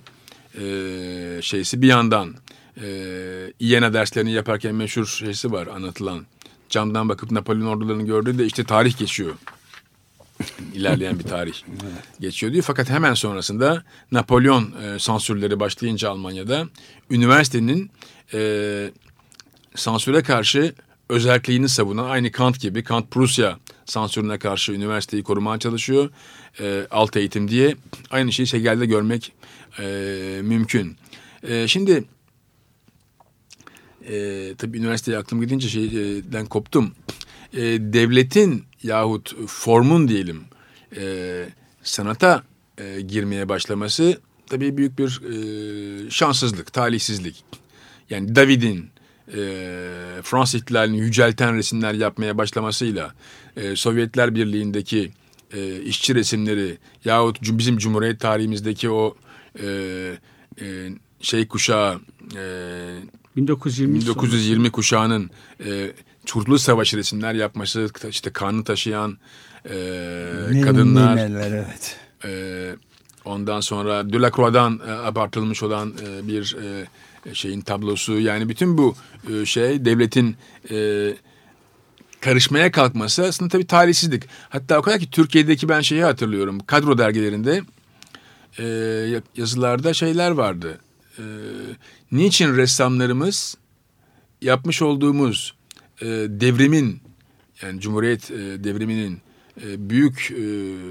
e, şeysi bir yandan e, İyena derslerini yaparken meşhur şeysi var anlatılan. Camdan bakıp Napolyon ordularını gördüğü de işte tarih geçiyor. İlerleyen bir tarih geçiyor diyor. Fakat hemen sonrasında Napolyon e, sansürleri başlayınca Almanya'da üniversitenin e, sansüre karşı özerkliğini savunan, aynı Kant gibi, Kant Prusya sansürüne karşı üniversiteyi korumaya çalışıyor. E, alt eğitim diye. Aynı şeyi Hegel'de görmek e, mümkün. E, şimdi e, tabii üniversiteye aklım gidince şeyden koptum. E, devletin yahut formun diyelim e, sanata e, girmeye başlaması tabii büyük bir e, şanssızlık, talihsizlik. Yani David'in e, Fransız ihtilalini yücelten resimler yapmaya başlamasıyla e, Sovyetler Birliği'ndeki e, işçi resimleri yahut bizim Cumhuriyet tarihimizdeki o e, e, şey kuşağı e, bin dokuz yüz yirmi, bin dokuz yüz yirmi kuşağının e, Kurtuluş Savaşı resimler yapması, işte kanı taşıyan e, kadınlar, Nimeler, evet. e, ondan sonra Delacroix'dan e, abartılmış olan e, bir e, şeyin tablosu, yani bütün bu e, şey devletin e, karışmaya kalkması aslında tabii talihsizlik. Hatta o kadar ki Türkiye'deki ben şeyi hatırlıyorum, kadro dergilerinde e, yazılarda şeyler vardı. E, niçin ressamlarımız yapmış olduğumuz e, devrimin, yani Cumhuriyet e, devriminin e, büyük e,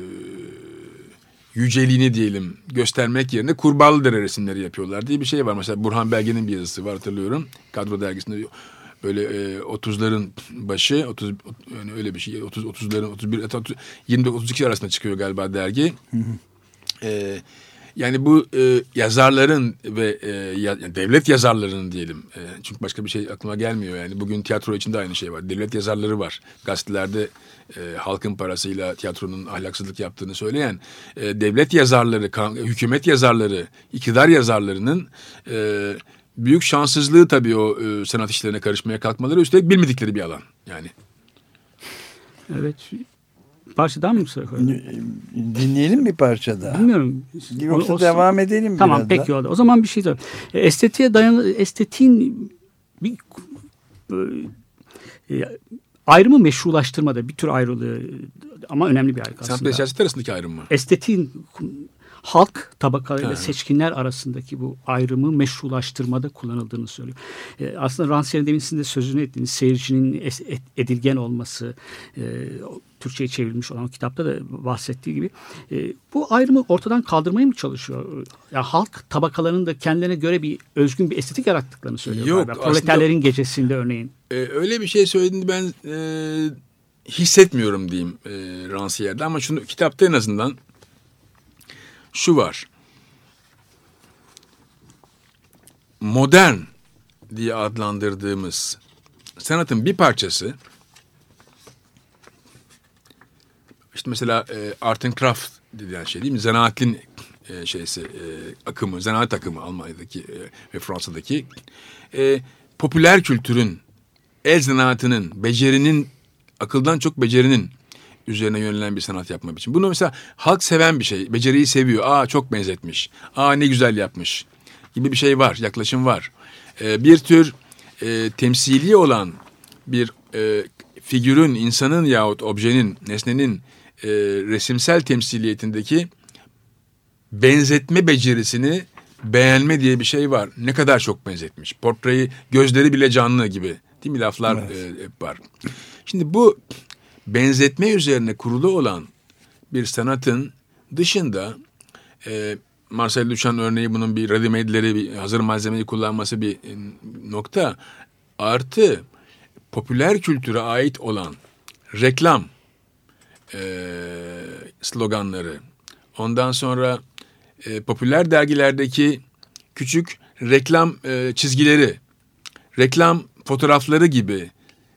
yüceliğini diyelim göstermek yerine Kurbağalıdere resimleri yapıyorlar diye bir şey var. Mesela Burhan Belge'nin bir yazısı var, hatırlıyorum. Kadro dergisinde böyle e, otuzların başı, otuz yani öyle bir şey, otuz otuzların otuz bir yirmi otuz iki arasında çıkıyor galiba dergi. Hı hı. E, Yani bu e, yazarların ve e, ya, yani devlet yazarlarının diyelim. E, çünkü başka bir şey aklıma gelmiyor. Yani bugün tiyatro için de aynı şey var. Devlet yazarları var. Gazetelerde e, halkın parasıyla tiyatronun ahlaksızlık yaptığını söyleyen e, devlet yazarları, kan, hükümet yazarları, iktidar yazarlarının e, büyük şanssızlığı tabii o e, sanat işlerine karışmaya kalkmaları, üstelik bilmedikleri bir alan yani. Evet. Parçadan mı söylüyor? Dinleyelim bir parça daha. Bilmiyorum. Yoksa o, o, devam edelim tamam, biraz peki da. O zaman bir şey söyleyeyim. Estetiğe dayalı, estetiğin bir e, ayrımı meşrulaştırmada bir tür ayrılığı ama önemli bir ayrılık aslında. Sanat ve siyaset arasındaki ayrım mı? Estetiğin halk tabakalarıyla Evet. seçkinler arasındaki bu ayrımı meşrulaştırmada kullanıldığını söylüyor. E, aslında Rancière'in demin sizin de sözünü ettiğiniz seyircinin es- et- edilgen olması, e, Türkçe'ye çevrilmiş olan o kitapta da bahsettiği gibi e, bu ayrımı ortadan kaldırmaya mı çalışıyor? Ya halk tabakalarının da kendilerine göre bir özgün bir estetik yarattıklarını söylüyor. Yok, galiba. Proleterlerin gecesinde örneğin. Ee, öyle bir şey söylediğini ben e, hissetmiyorum diyeyim e, Rancière'de, ama şunu kitapta en azından şu var. Modern diye adlandırdığımız sanatın bir parçası, işte mesela e, art and craft denilen şey değil mi? Zanaatin e, şeysi e, akımı, zanaat akımı Almanya'daki e, ve Fransa'daki e, popüler kültürün, el zanaatının, becerinin, akıldan çok becerinin üzerine yönelen bir sanat yapma biçimi. Bunu mesela halk seven bir şey. Beceriyi seviyor. Aa çok benzetmiş. Aa ne güzel yapmış gibi bir şey var. Yaklaşım var. Ee, bir tür e, temsili olan bir e, figürün, insanın yahut objenin, nesnenin e, resimsel temsiliyetindeki benzetme becerisini beğenme diye bir şey var. Ne kadar çok benzetmiş. Portreyi, gözleri bile canlı gibi. Değil mi? Laflar Evet. e, hep var. Şimdi bu benzetme üzerine kurulu olan bir sanatın dışında e, Marcel Duchamp örneği bunun bir ready-made'leri, bir hazır malzemeyi kullanması bir e, nokta. Artı popüler kültüre ait olan reklam e, sloganları, ondan sonra e, popüler dergilerdeki küçük reklam e, çizgileri, reklam fotoğrafları gibi.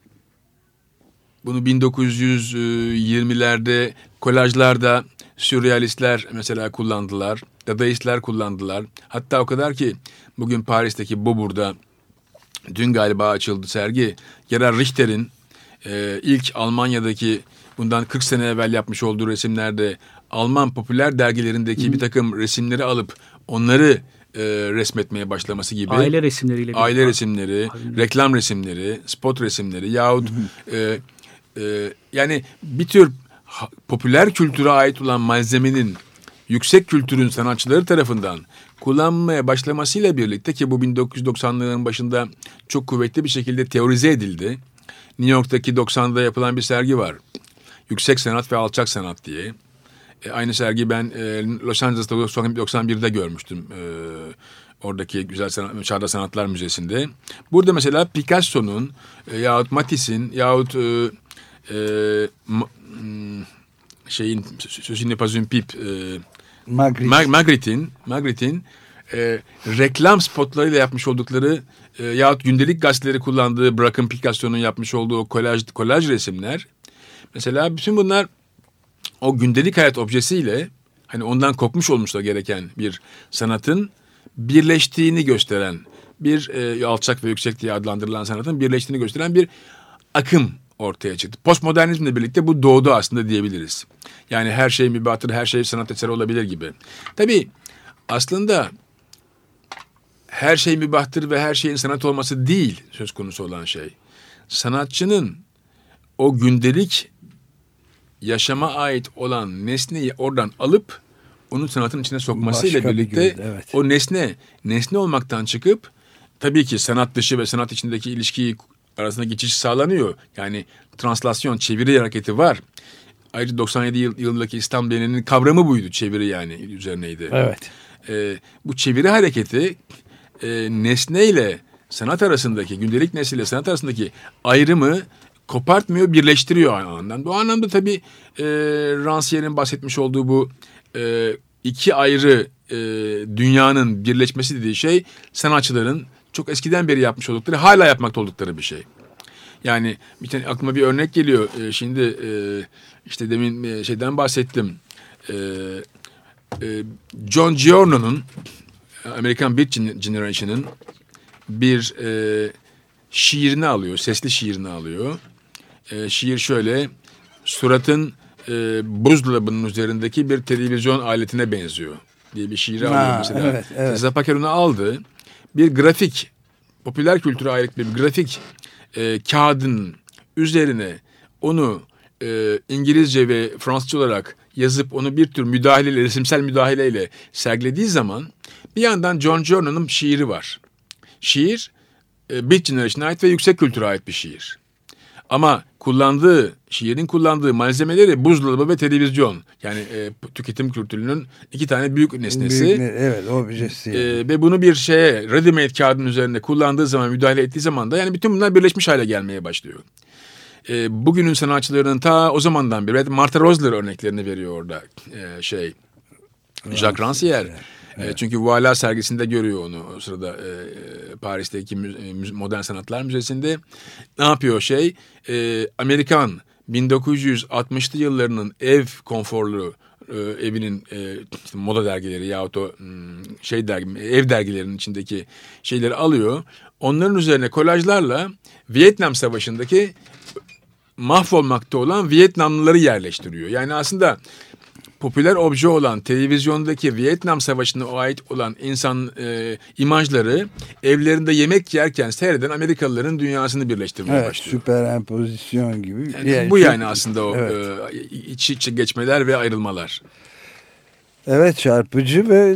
Bunu bin dokuz yüz yirmilerde kolajlarda sürrealistler mesela kullandılar. Dadaistler kullandılar. Hatta o kadar ki bugün Paris'teki Beaubourg'da dün galiba açıldı sergi. Gerhard Richter'in e, ilk Almanya'daki bundan kırk sene evvel yapmış olduğu resimlerde Alman popüler dergilerindeki Hı. bir takım resimleri alıp onları e, resmetmeye başlaması gibi. Aile resimleriyle. Aile resimleri, Aynen. reklam resimleri, spot resimleri yahut e, e, yani bir tür ha, popüler kültüre ait olan malzemenin yüksek kültürün sanatçıları tarafından kullanmaya başlamasıyla birlikte, ki bu bin dokuz yüz doksanların başında çok kuvvetli bir şekilde teorize edildi. New York'taki doksan'da yapılan bir sergi var. Yüksek sanat ve alçak sanat diye. E, aynı sergi ben e, Los Angeles'ta doksan birde görmüştüm. E, oradaki Güzel Sanat, Çağdaş Sanatlar Müzesi'nde. Burada mesela Picasso'nun e, yahut Matisse'in yahut e, e, ma, şeyin sözünü pas une pipe e, Magritte. Magritte'in Magritte'in e, reklam spotlarıyla yapmış oldukları e, yahut gündelik gazeteleri kullandığı, bırakın Picasso'nun yapmış olduğu kolaj, kolaj resimler. Mesela bütün bunlar o gündelik hayat objesiyle, hani ondan kopmuş olmuşsa gereken bir sanatın birleştiğini gösteren, bir e, alçak ve yüksek diye adlandırılan sanatın birleştiğini gösteren bir akım ortaya çıktı. Postmodernizmle birlikte bu doğdu aslında diyebiliriz. Yani her şey mübahtır, her şey sanat eseri olabilir gibi. Tabii aslında her şey mübahtır ve her şeyin sanat olması değil söz konusu olan şey. Sanatçının o gündelik yaşama ait olan nesneyi oradan alıp onu sanatın içine sokmasıyla Başka birlikte bir gün, evet. o nesne nesne olmaktan çıkıp, tabii ki sanat dışı ve sanat içindeki ilişkiyi arasında geçiş sağlanıyor. Yani translasyon, çeviri hareketi var. Ayrıca doksan yedi yıl, yılındaki İslam Derneği'nin kavramı buydu, çeviri yani üzerineydi. Evet. Ee, bu çeviri hareketi e, nesneyle sanat arasındaki, gündelik nesneyle sanat arasındaki ayrımı kopartmıyor, birleştiriyor aynı anlamda. Bu anlamda tabii e, Rancière'in bahsetmiş olduğu bu e, iki ayrı e, dünyanın birleşmesi dediği şey, sanatçıların çok eskiden beri yapmış oldukları, hala yapmakta oldukları bir şey. Yani bir tane aklıma bir örnek geliyor. E, şimdi e, işte demin e, şeyden bahsettim. E, e, John Giorno'nun, American Beat Generation'ın bir e, şiirini alıyor, sesli şiirini alıyor. E, şiir şöyle: suratın e, buzdolabının üzerindeki bir televizyon aletine benziyor diye bir şiiri ha, alıyor mesela. Evet, evet. Zapaker onu aldı. Bir grafik, popüler kültüre ait bir grafik e, kağıdın üzerine onu e, İngilizce ve Fransızca olarak yazıp onu bir tür müdahaleyle, resimsel müdahaleyle sergilediği zaman bir yandan John Giorno'nun şiiri var. Şiir e, Beat Generation'a ait ve yüksek kültüre ait bir şiir. Ama kullandığı, şiirin kullandığı malzemeleri buzdolabı ve televizyon. Yani e, tüketim kültürünün iki tane büyük nesnesi. Büyük, evet, objesi. Yani. E, ve bunu bir şeye, ready-made kağıdın üzerinde kullandığı zaman, müdahale ettiği zaman da yani bütün bunlar birleşmiş hale gelmeye başlıyor. E, bugünün sanatçılarının ta o zamandan beri, Martha Rosler örneklerini veriyor orada e, şey, Jacques Rancière. Evet. Çünkü Voila sergisinde görüyor onu o sırada e, Paris'teki Müze, Modern Sanatlar Müzesi'nde. Ne yapıyor şey? E, Amerikan bin dokuz yüz altmışlı yıllarının ev konforlu e, evinin e, işte moda dergileri yahut o şey dergi, ev dergilerinin içindeki şeyleri alıyor. Onların üzerine kolajlarla Vietnam Savaşı'ndaki mahvolmakta olan Vietnamlıları yerleştiriyor. Yani aslında popüler obje olan televizyondaki Vietnam Savaşı'na ait olan insan e, imajları evlerinde yemek yerken seyreden Amerikalıların dünyasını birleştirmeye evet, başlıyor. Süperimposisyon gibi. Yani yani bu çok, yani aslında o evet. e, iç içe geçmeler ve ayrılmalar. Evet, çarpıcı ve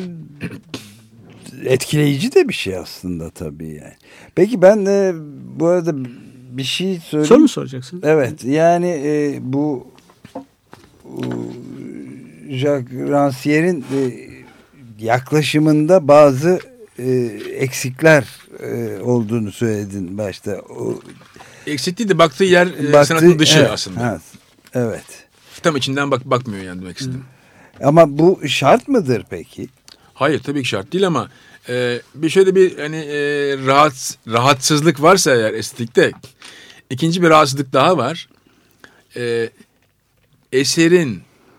etkileyici de bir şey aslında tabii yani. Peki ben de bu arada bir şey söyleyeyim. Soru mu soracaksın? Evet, yani e, bu e, Jacques Rancière'in e, yaklaşımında bazı e, eksikler e, olduğunu söyledin başta. O, eksikliği de baktığı yer e, baktığı, sanatın dışı evet, aslında. Ha, evet. Tam içinden bak bakmıyor yani demek istedim. Ama bu şart mıdır peki? Hayır, tabii ki şart değil ama e, bir şöyle bir hani e, rahat rahatsızlık varsa eğer estetikte, ikinci bir rahatsızlık daha var. E, eserin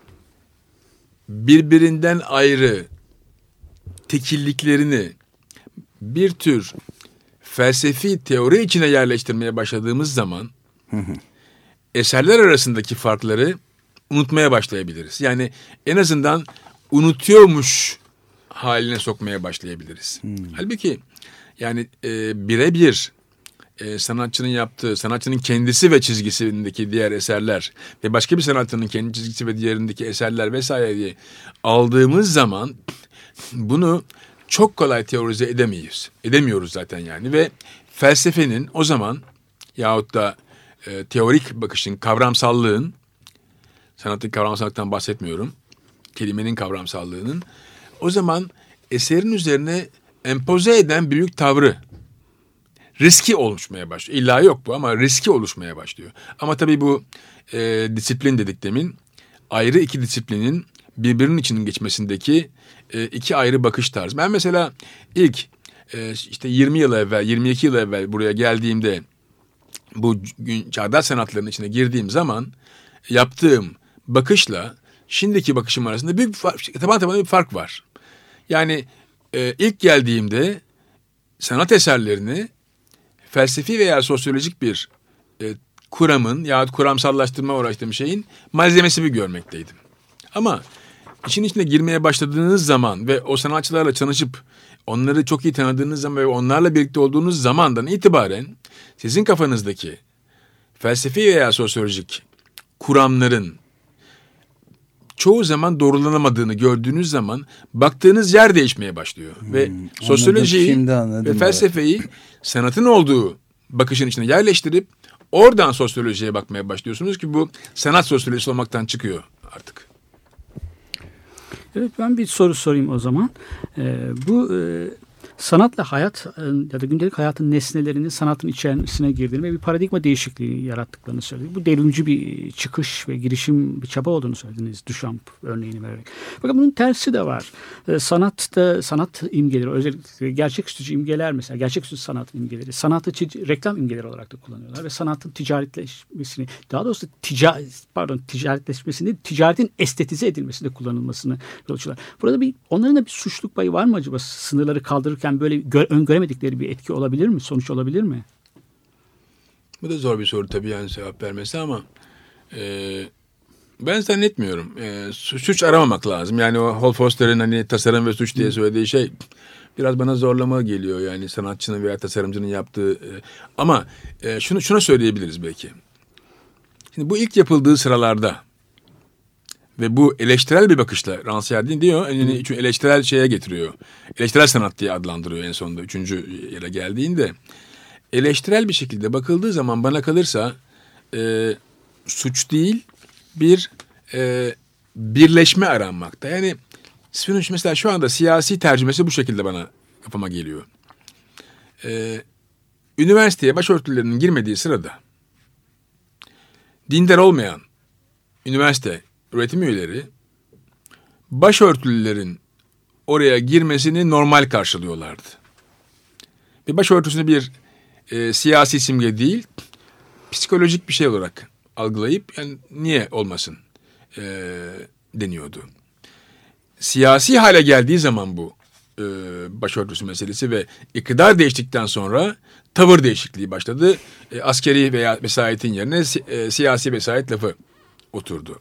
birbirinden ayrı tekilliklerini bir tür felsefi teori içine yerleştirmeye başladığımız zaman hı hı. eserler arasındaki farkları unutmaya başlayabiliriz. Yani en azından unutuyormuş haline sokmaya başlayabiliriz. Hmm. Halbuki yani e, birebir e, sanatçının yaptığı, sanatçının kendisi ve çizgisindeki diğer eserler ve başka bir sanatçının kendi çizgisi ve diğerindeki eserler vesaireyi aldığımız zaman bunu çok kolay teorize edemeyiz. Edemiyoruz zaten yani ve felsefenin o zaman yahut da e, teorik bakışın, kavramsallığın, sanatın kavramsallıktan bahsetmiyorum, kelimenin kavramsallığının o zaman eserin üzerine empoze eden büyük tavrı, riski oluşmaya başlıyor. İlla yok bu ama riski oluşmaya başlıyor. Ama tabii bu e, disiplin dedik demin, ayrı iki disiplinin birbirinin içinin geçmesindeki e, iki ayrı bakış tarzı. Ben mesela ilk e, işte yirmi yıl evvel, yirmi iki yıl evvel buraya geldiğimde bu çağdaş sanatların içine girdiğim zaman yaptığım bakışla şimdiki bakışım arasında büyük bir fark, taban tabana bir fark var. Yani e, ilk geldiğimde sanat eserlerini felsefi veya sosyolojik bir e, kuramın yahut kuramsallaştırma uğraştığım şeyin malzemesi bir görmekteydim. Ama işin içine girmeye başladığınız zaman ve o sanatçılarla tanışıp onları çok iyi tanıdığınız zaman ve onlarla birlikte olduğunuz zamandan itibaren sizin kafanızdaki felsefi veya sosyolojik kuramların çoğu zaman doğrulanamadığını gördüğünüz zaman baktığınız yer değişmeye başlıyor. Hmm, ve sosyolojiyi ve felsefeyi evet. sanatın olduğu bakışın içine yerleştirip oradan sosyolojiye bakmaya başlıyorsunuz ki bu sanat sosyolojisi olmaktan çıkıyor artık. Evet, ben bir soru sorayım o zaman. Ee, bu e, sanatla hayat ya da gündelik hayatın nesnelerini sanatın içerisine girdiğini ve bir paradigma değişikliği yarattıklarını söyledik. Bu devrimci bir çıkış ve girişim, bir çaba olduğunu söylediniz Duchamp örneğini vererek. Fakat bunun tersi de var. Ee, sanatta sanat imgeleri, özellikle gerçeküstü imgeler mesela, gerçeküstü sanat imgeleri, sanatı reklam imgeleri olarak da kullanıyorlar ve sanatın ticaretleşmesini, daha doğrusu tica, pardon ticaretleşmesini, ticaretin estetize edilmesinde kullanılmasını yol açıyorlar. Burada bir onların da bir suçluluk payı var mı acaba? Sınırları kaldırırken böyle gö- öngöremedikleri bir etki olabilir mi? Sonuç olabilir mi? Bu da zor bir soru tabii yani cevap vermesi ama e, ben zannetmiyorum. E, suç aramamak lazım. Yani o Hal Foster'ın hani tasarım ve suç diye söylediği şey biraz bana zorlama geliyor. Yani sanatçının veya tasarımcının yaptığı e, ama e, şunu şuna söyleyebiliriz belki. Şimdi bu ilk yapıldığı sıralarda Ve bu eleştirel bir bakışla Rancière diyor, yani çünkü eleştirel şeye getiriyor. Eleştirel sanat diye adlandırıyor en sonunda üçüncü yere geldiğinde. Eleştirel bir şekilde bakıldığı zaman bana kalırsa e, suç değil, bir e, birleşme aranmakta. Yani Spinoza mesela şu anda siyasi tercümesi bu şekilde bana kafama geliyor. E, üniversiteye başörtülerinin girmediği sırada dindar olmayan üniversite öğretim üyeleri başörtülülerin oraya girmesini normal karşılıyorlardı. Ve başörtüsünü bir e, siyasi simge değil, psikolojik bir şey olarak algılayıp yani niye olmasın e, deniyordu. Siyasi hale geldiği zaman bu e, başörtüsü meselesi ve iktidar değiştikten sonra tavır değişikliği başladı. E, askeri veya vesayetin yerine si, e, siyasi vesayet lafı oturdu.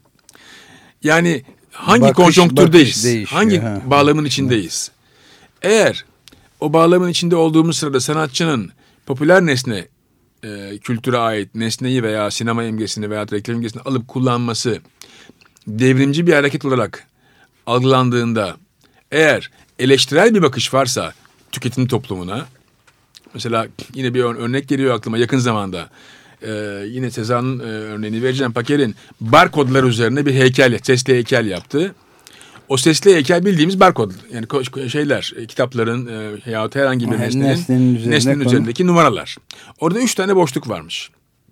Yani hangi bakış, konjonktürdeyiz, bakış hangi ha. bağlamın içindeyiz? Eğer o bağlamın içinde olduğumuz sırada sanatçının popüler nesne, e, kültüre ait nesneyi veya sinema imgesini veya reklam imgesini alıp kullanması devrimci bir hareket olarak algılandığında, eğer eleştirel bir bakış varsa tüketim toplumuna, mesela yine bir örnek geliyor aklıma yakın zamanda. Ee, yine Cezanne'ın e, örneğini vereceğim. Paquet'in barkodlar üzerine bir heykel, sesli heykel yaptı. O sesli heykel bildiğimiz barkod. Yani ko- şeyler, e, kitapların e, yahut herhangi bir nesnenin, nesnenin, üzerine nesnenin konu. üzerindeki numaralar. Orada üç tane boşluk varmış.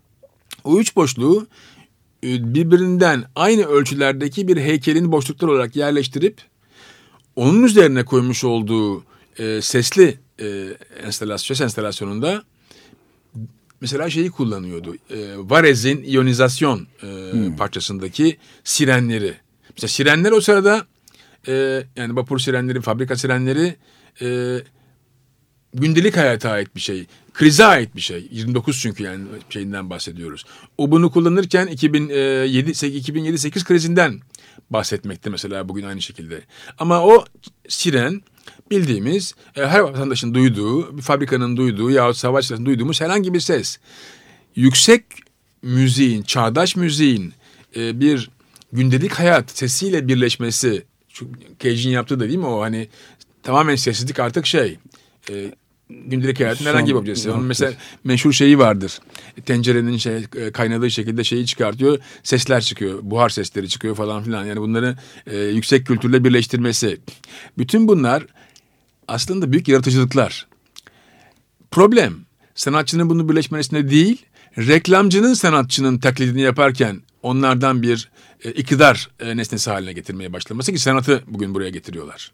O üç boşluğu e, birbirinden aynı ölçülerdeki bir heykelin boşluklar olarak yerleştirip onun üzerine koymuş olduğu e, sesli e, enstalasyon, ses enstalasyonunda mesela şeyi kullanıyordu. E, Varèse'in iyonizasyon e, hmm. parçasındaki sirenleri. Mesela sirenler o sırada e, yani vapur sirenleri, fabrika sirenleri e, gündelik hayata ait bir şey. Krize ait bir şey. yirmi dokuz çünkü yani şeyinden bahsediyoruz. O bunu kullanırken iki bin yedi sekiz krizinden bahsetmekte mesela bugün aynı şekilde. Ama o siren bildiğimiz e, her vatandaşın duyduğu, bir fabrikanın duyduğu yahut savaş sırasında duyduğumuz herhangi bir ses. Yüksek müziğin, çağdaş müziğin e, bir gündelik hayat sesiyle birleşmesi, şu Cage'in yaptığı da değil mi o, hani tamamen sessizlik artık şey, e, gündelik hayatın herhangi bir objesi. Onun mesela meşhur şeyi vardır. Tencerenin şey kaynadığı şekilde şeyi çıkartıyor, sesler çıkıyor, buhar sesleri çıkıyor falan filan. Yani bunları e, yüksek kültürle birleştirmesi. Bütün bunlar aslında büyük yaratıcılıklar. Problem sanatçının bunu birleşmesinde değil, reklamcının sanatçının taklidini yaparken onlardan bir e, iktidar e, nesnesi haline getirmeye başlaması ki sanatı bugün buraya getiriyorlar.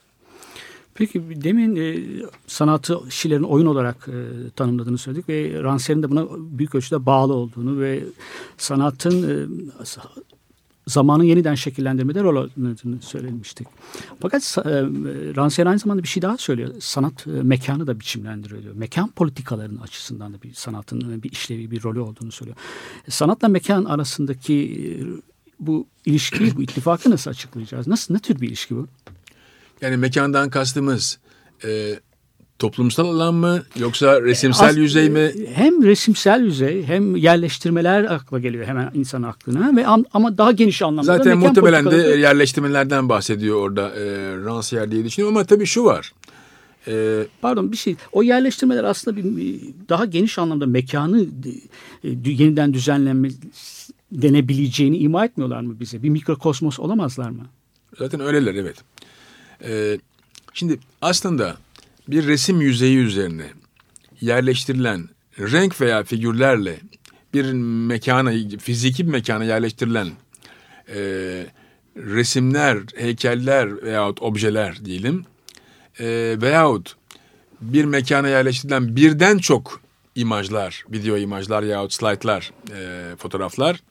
Peki demin e, sanatı Schiller'in oyun olarak e, tanımladığını söyledik ve Rancière'in de buna büyük ölçüde bağlı olduğunu ve sanatın e, zamanın yeniden şekillendirmede rol oynadığını söylemiştik. Fakat e, Rancière aynı zamanda bir şey daha söylüyor. Sanat e, mekanı da biçimlendiriyor diyor. Mekan politikalarının açısından da bir sanatın bir işlevi, bir rolü olduğunu söylüyor. Sanatla mekan arasındaki e, bu ilişkiyi, bu ittifakı nasıl açıklayacağız? Nasıl, ne tür bir ilişki bu? Yani mekandan kastımız e, toplumsal alan mı yoksa resimsel As, yüzey mi? Hem resimsel yüzey hem yerleştirmeler akla geliyor hemen insan aklına ve ama daha geniş anlamda. Zaten mekan muhtemelen de politikaları... yerleştirmelerden bahsediyor orada e, Rancière diye düşünüyorum ama tabii şu var. E, Pardon bir şey. O yerleştirmeler aslında bir daha geniş anlamda mekanı e, yeniden düzenlenme denebileceğini ima etmiyorlar mı bize? Bir mikrokosmos olamazlar mı? Zaten öyleler, evet. Ee, şimdi aslında bir resim yüzeyi üzerine yerleştirilen renk veya figürlerle bir mekana, fiziki bir mekana yerleştirilen e, resimler, heykeller veyahut objeler diyelim e, veyahut bir mekana yerleştirilen birden çok imajlar, video imajlar yahut slaytlar, e, fotoğraflar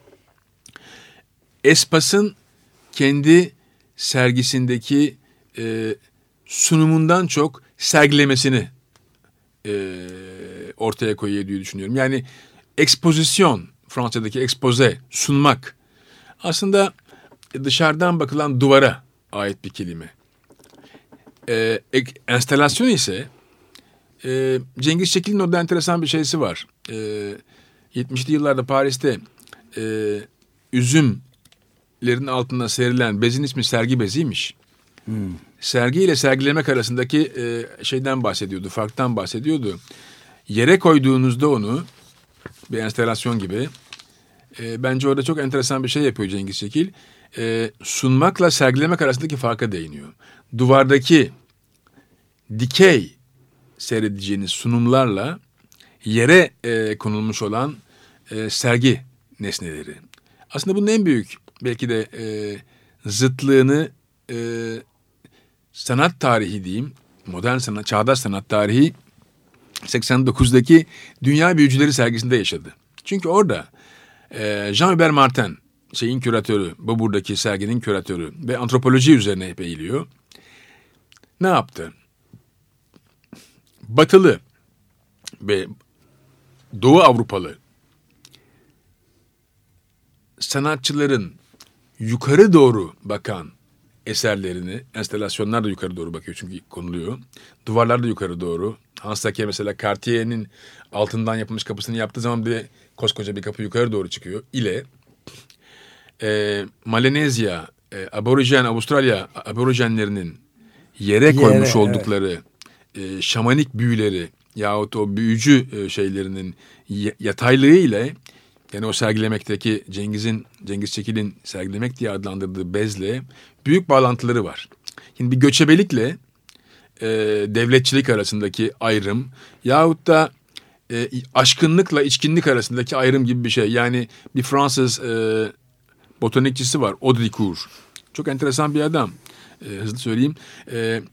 Espas'ın kendi sergisindeki e, sunumundan çok sergilemesini e, ortaya koyuyor diye düşünüyorum. Yani ekspozisyon, Fransa'daki expose, sunmak aslında dışarıdan bakılan duvara ait bir kelime. E, ek, enstalasyon ise e, Cengiz Çekil'in orada enteresan bir şeysi var. E, yetmişli yıllarda Paris'te e, üzüm sergilerin altında serilen bezin ismi sergi beziymiş. Hmm. Sergi ile sergilemek arasındaki e, şeyden bahsediyordu, farktan bahsediyordu. Yere koyduğunuzda onu, bir enstalasyon gibi, e, bence orada çok enteresan bir şey yapıyor Cengiz Çekil. E, sunmakla sergilemek arasındaki farka değiniyor. Duvardaki dikey seyredeceğiniz sunumlarla yere e, konulmuş olan e, sergi nesneleri. Aslında bunun en büyük belki de e, zıtlığını e, sanat tarihi diyeyim, modern sanat, çağdaş sanat tarihi seksen dokuzdaki Dünya Büyücüleri sergisinde yaşadı. Çünkü orada e, Jean-Hubert Martin, şeyin küratörü, bu buradaki serginin küratörü ve antropoloji üzerine hep eğiliyor. Ne yaptı? Batılı ve Doğu Avrupalı sanatçıların yukarı doğru bakan eserlerini, enstalasyonlar da yukarı doğru bakıyor çünkü konuluyor. Duvarlar da yukarı doğru. Hans Sake mesela Cartier'in altından yapılmış kapısını yaptığı zaman bir koskoca bir kapı yukarı doğru çıkıyor. İle e, Malenezya, e, Aborijen, Avustralya Aborijenlerinin yere, yere koymuş oldukları evet. e, şamanik büyüleri yahut o büyücü e, şeylerinin yataylığı ile, yani o sergilemekteki Cengiz'in, Cengiz Çekil'in sergilemek diye adlandırdığı bezle büyük bağlantıları var. Şimdi bir göçebelikle e, devletçilik arasındaki ayrım yahut da e, aşkınlıkla içkinlik arasındaki ayrım gibi bir şey. Yani bir Fransız e, botanikçisi var, Audricourt. Çok enteresan bir adam. E, hızlı söyleyeyim. E,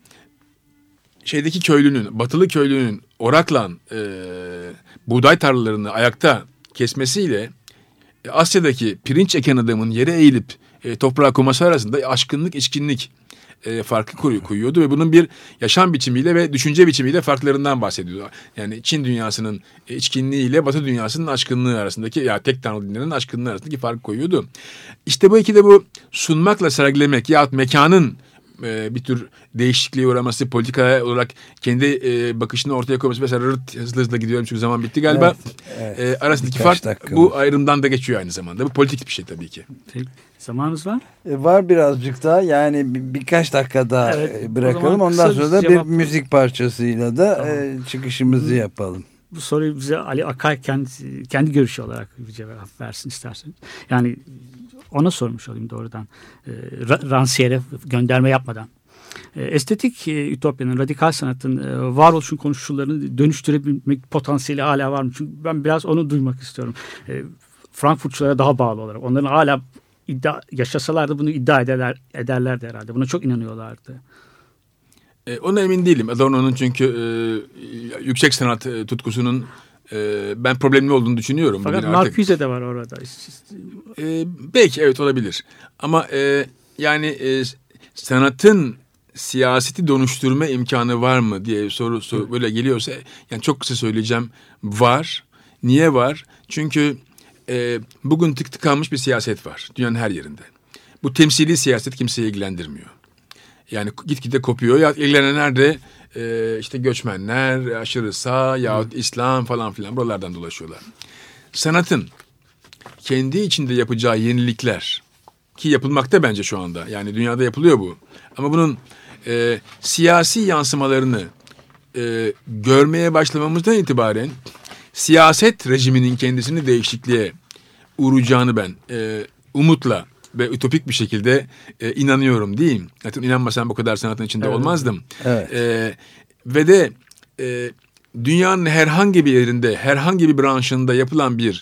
şeydeki köylünün, batılı köylünün oraklan e, buğday tarlalarını ayakta kesmesiyle e, Asya'daki pirinç eken adamın yere eğilip e, toprağa koyması arasında aşkınlık, içkinlik e, farkı koyuyordu ve bunun bir yaşam biçimiyle ve düşünce biçimiyle farklarından bahsediyordu. Yani Çin dünyasının e, içkinliğiyle Batı dünyasının aşkınlığı arasındaki, ya tek tanrı dinlerinin aşkınlığı arasındaki farkı koyuyordu. İşte bu iki de bu sunmakla sergilemek yahut mekanın e, bir tür değişikliğe uğraması, politika olarak kendi e, bakışını ortaya koyması. Mesela rırt, hızlı hızlı gidiyorum çünkü zaman bitti galiba. Evet, evet. E, arasındaki Birkaç fark dakika. Bu ayrımdan da geçiyor aynı zamanda. Bu politik bir şey tabii ki. Peki. Zamanımız var. E, var birazcık daha, yani bir, birkaç dakika daha evet, bırakalım. Ondan sonra da cevap... bir müzik parçasıyla da tamam. e, çıkışımızı Hı. yapalım. Bu soruyu bize Ali Akay kendi, kendi görüşü olarak bir cevap versin isterseniz. Yani ona sormuş olayım doğrudan. E, Rancière'e gönderme yapmadan. E, estetik e, ütopyanın, radikal sanatın e, varoluşun konuşularını dönüştürebilmek potansiyeli hala var mı? Çünkü ben biraz onu duymak istiyorum. E, Frankfurtçulara daha bağlı olarak. Onların hala iddia, yaşasalardı bunu iddia ederler, ederlerdi herhalde. Buna çok inanıyorlardı. E, ona emin değilim. Adorno'nun çünkü e, yüksek sanat e, tutkusunun e, ben problemli olduğunu düşünüyorum. Fakat Marcuse de var orada. E, belki evet olabilir. Ama e, yani e, sanatın siyaseti dönüştürme imkanı var mı diye soru, soru böyle geliyorsa, yani çok kısa söyleyeceğim, var. Niye var? Çünkü e, bugün tık tıkanmış bir siyaset var dünyanın her yerinde. Bu temsili siyaset kimseyi ilgilendirmiyor. Yani gitgide kopuyor. Ya ilgilenenler de e, işte göçmenler, aşırı sağ yahut hmm. İslam falan filan buralardan dolaşıyorlar. Sanatın kendi içinde yapacağı yenilikler ki yapılmakta bence şu anda. Yani dünyada yapılıyor bu. Ama bunun e, siyasi yansımalarını e, görmeye başlamamızdan itibaren siyaset rejiminin kendisini değişikliğe uğrayacağını ben e, umutla ve ütopik bir şekilde e, inanıyorum diyeyim. Zaten inanmasam bu kadar sanatın içinde evet. olmazdım. Evet. E, ve de e, dünyanın herhangi bir yerinde, herhangi bir branşında yapılan bir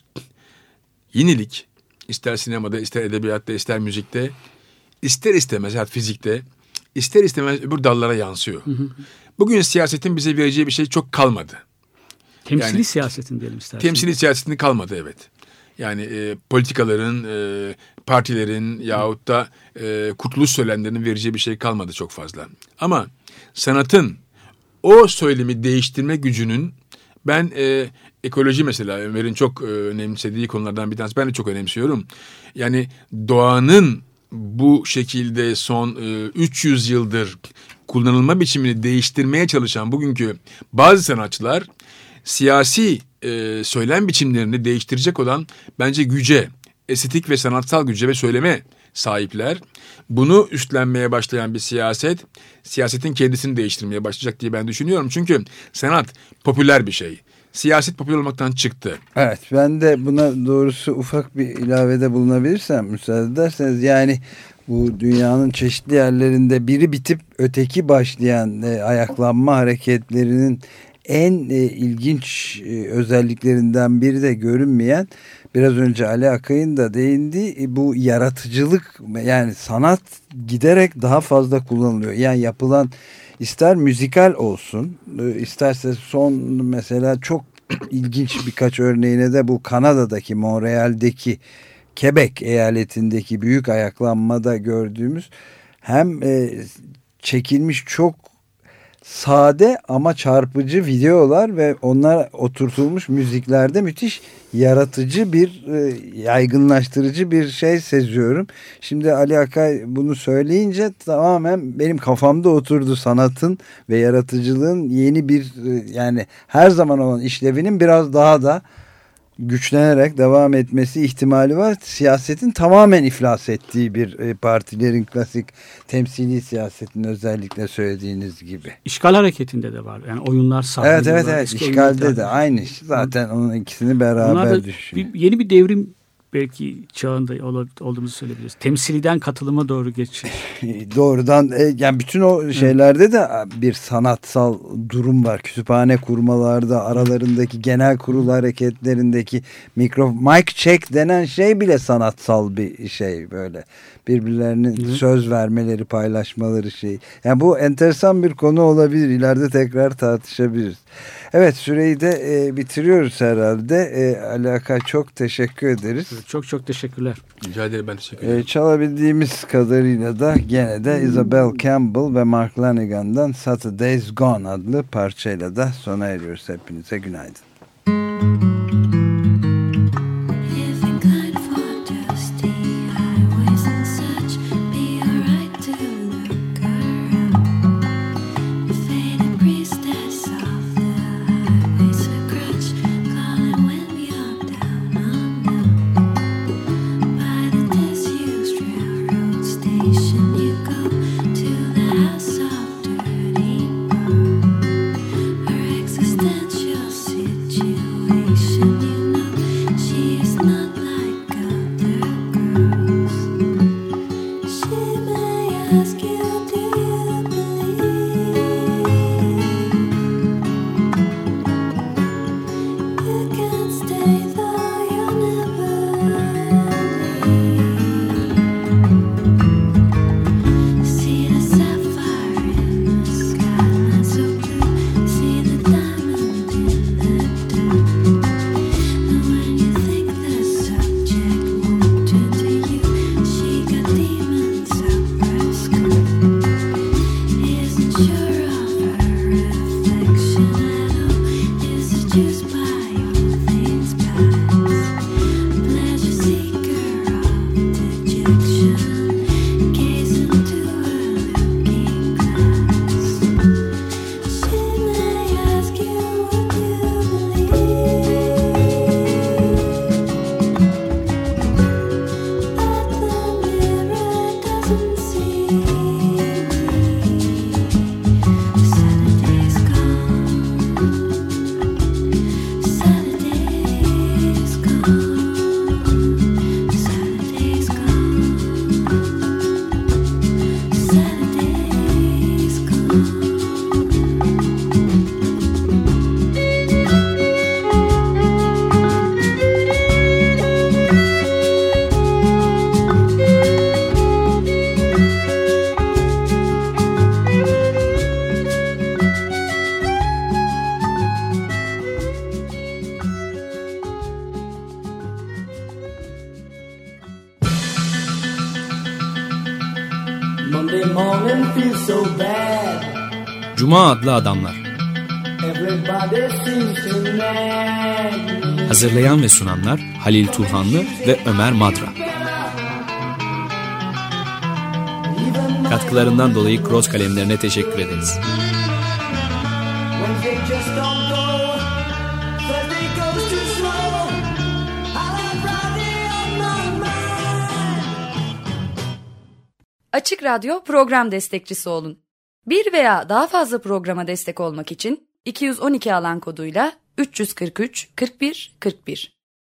yenilik, ister sinemada, ister edebiyatta, ister müzikte, ister istemez, hatta fizikte, ister istemez öbür dallara yansıyor. Hı hı. Bugün siyasetin bize vereceği bir şey çok kalmadı. Temsili yani, siyasetin diyelim isterseniz. Temsili siyasetin kalmadı evet. Yani e, politikaların, e, partilerin yahut da e, kurtuluş söylemlerinin vereceği bir şey kalmadı çok fazla. Ama sanatın o söylemi değiştirme gücünün ben e, ekoloji mesela Ömer'in çok e, önemsediği konulardan bir tanesi. Ben de çok önemsiyorum. Yani doğanın bu şekilde son e, üç yüz yıldır kullanılma biçimini değiştirmeye çalışan bugünkü bazı sanatçılar siyasi e, söylem biçimlerini değiştirecek olan bence güce, estetik ve sanatsal güce ve söyleme sahipler. Bunu üstlenmeye başlayan bir siyaset, siyasetin kendisini değiştirmeye başlayacak diye ben düşünüyorum. Çünkü sanat popüler bir şey. Siyaset popüler olmaktan çıktı. Evet, ben de buna doğrusu ufak bir ilavede bulunabilirsem müsaade ederseniz, yani bu dünyanın çeşitli yerlerinde biri bitip öteki başlayan e, ayaklanma hareketlerinin en e, ilginç e, özelliklerinden biri de görünmeyen, biraz önce Ali Akay'ın da değindiği e, bu yaratıcılık, yani sanat giderek daha fazla kullanılıyor. Yani yapılan, ister müzikal olsun, e, isterse son mesela çok ilginç birkaç örneğine de bu Kanada'daki, Montreal'deki, Quebec eyaletindeki büyük ayaklanmada gördüğümüz hem e, çekilmiş çok sade ama çarpıcı videolar ve onlar oturtulmuş müziklerde müthiş yaratıcı bir, e, yaygınlaştırıcı bir şey seziyorum. Şimdi Ali Akay bunu söyleyince tamamen benim kafamda oturdu, sanatın ve yaratıcılığın yeni bir, e, yani her zaman olan işlevinin biraz daha da güçlenerek devam etmesi ihtimali var. Siyasetin tamamen iflas ettiği bir e, partilerin klasik temsili siyasetin özellikle söylediğiniz gibi. İşgal hareketinde de var. Yani oyunlar sahnediyorlar. Evet evet evet. İşgalde de aynı. Zaten onun ikisini beraber düşünüyor. Bir, yeni bir devrim belki çağında olduğumuzu söyleyebiliriz. Temsiliden katılıma doğru geçiş. Doğrudan yani bütün o şeylerde de bir sanatsal durum var. Kütüphane kurmalarda, aralarındaki genel kurul hareketlerindeki mikro mic check denen şey bile sanatsal bir şey, böyle birbirlerinin Hı. söz vermeleri, paylaşmaları şey. Yani bu enteresan bir konu olabilir. İleride tekrar tartışabiliriz. Evet, süreyi de e, bitiriyoruz herhalde. E, Ali Akay, çok teşekkür ederiz. Çok çok teşekkürler. Rica ederim, ben teşekkür ederim. E, çalabildiğimiz kadarıyla da gene de Isabel Campbell ve Mark Lanigan'dan Saturday's Gone adlı parçayla da sona eriyoruz. Hepinize günaydın. Cuma adlı adamlar. Hazırlayan ve sunanlar Halil Turhanlı ve Ömer Madra. Katkılarından dolayı Cross kalemlerine teşekkür ederiz. Açık Radyo program destekçisi olun. Bir veya daha fazla programa destek olmak için iki yüz on iki alan koduyla üç yüz kırk üç kırk bir kırk bir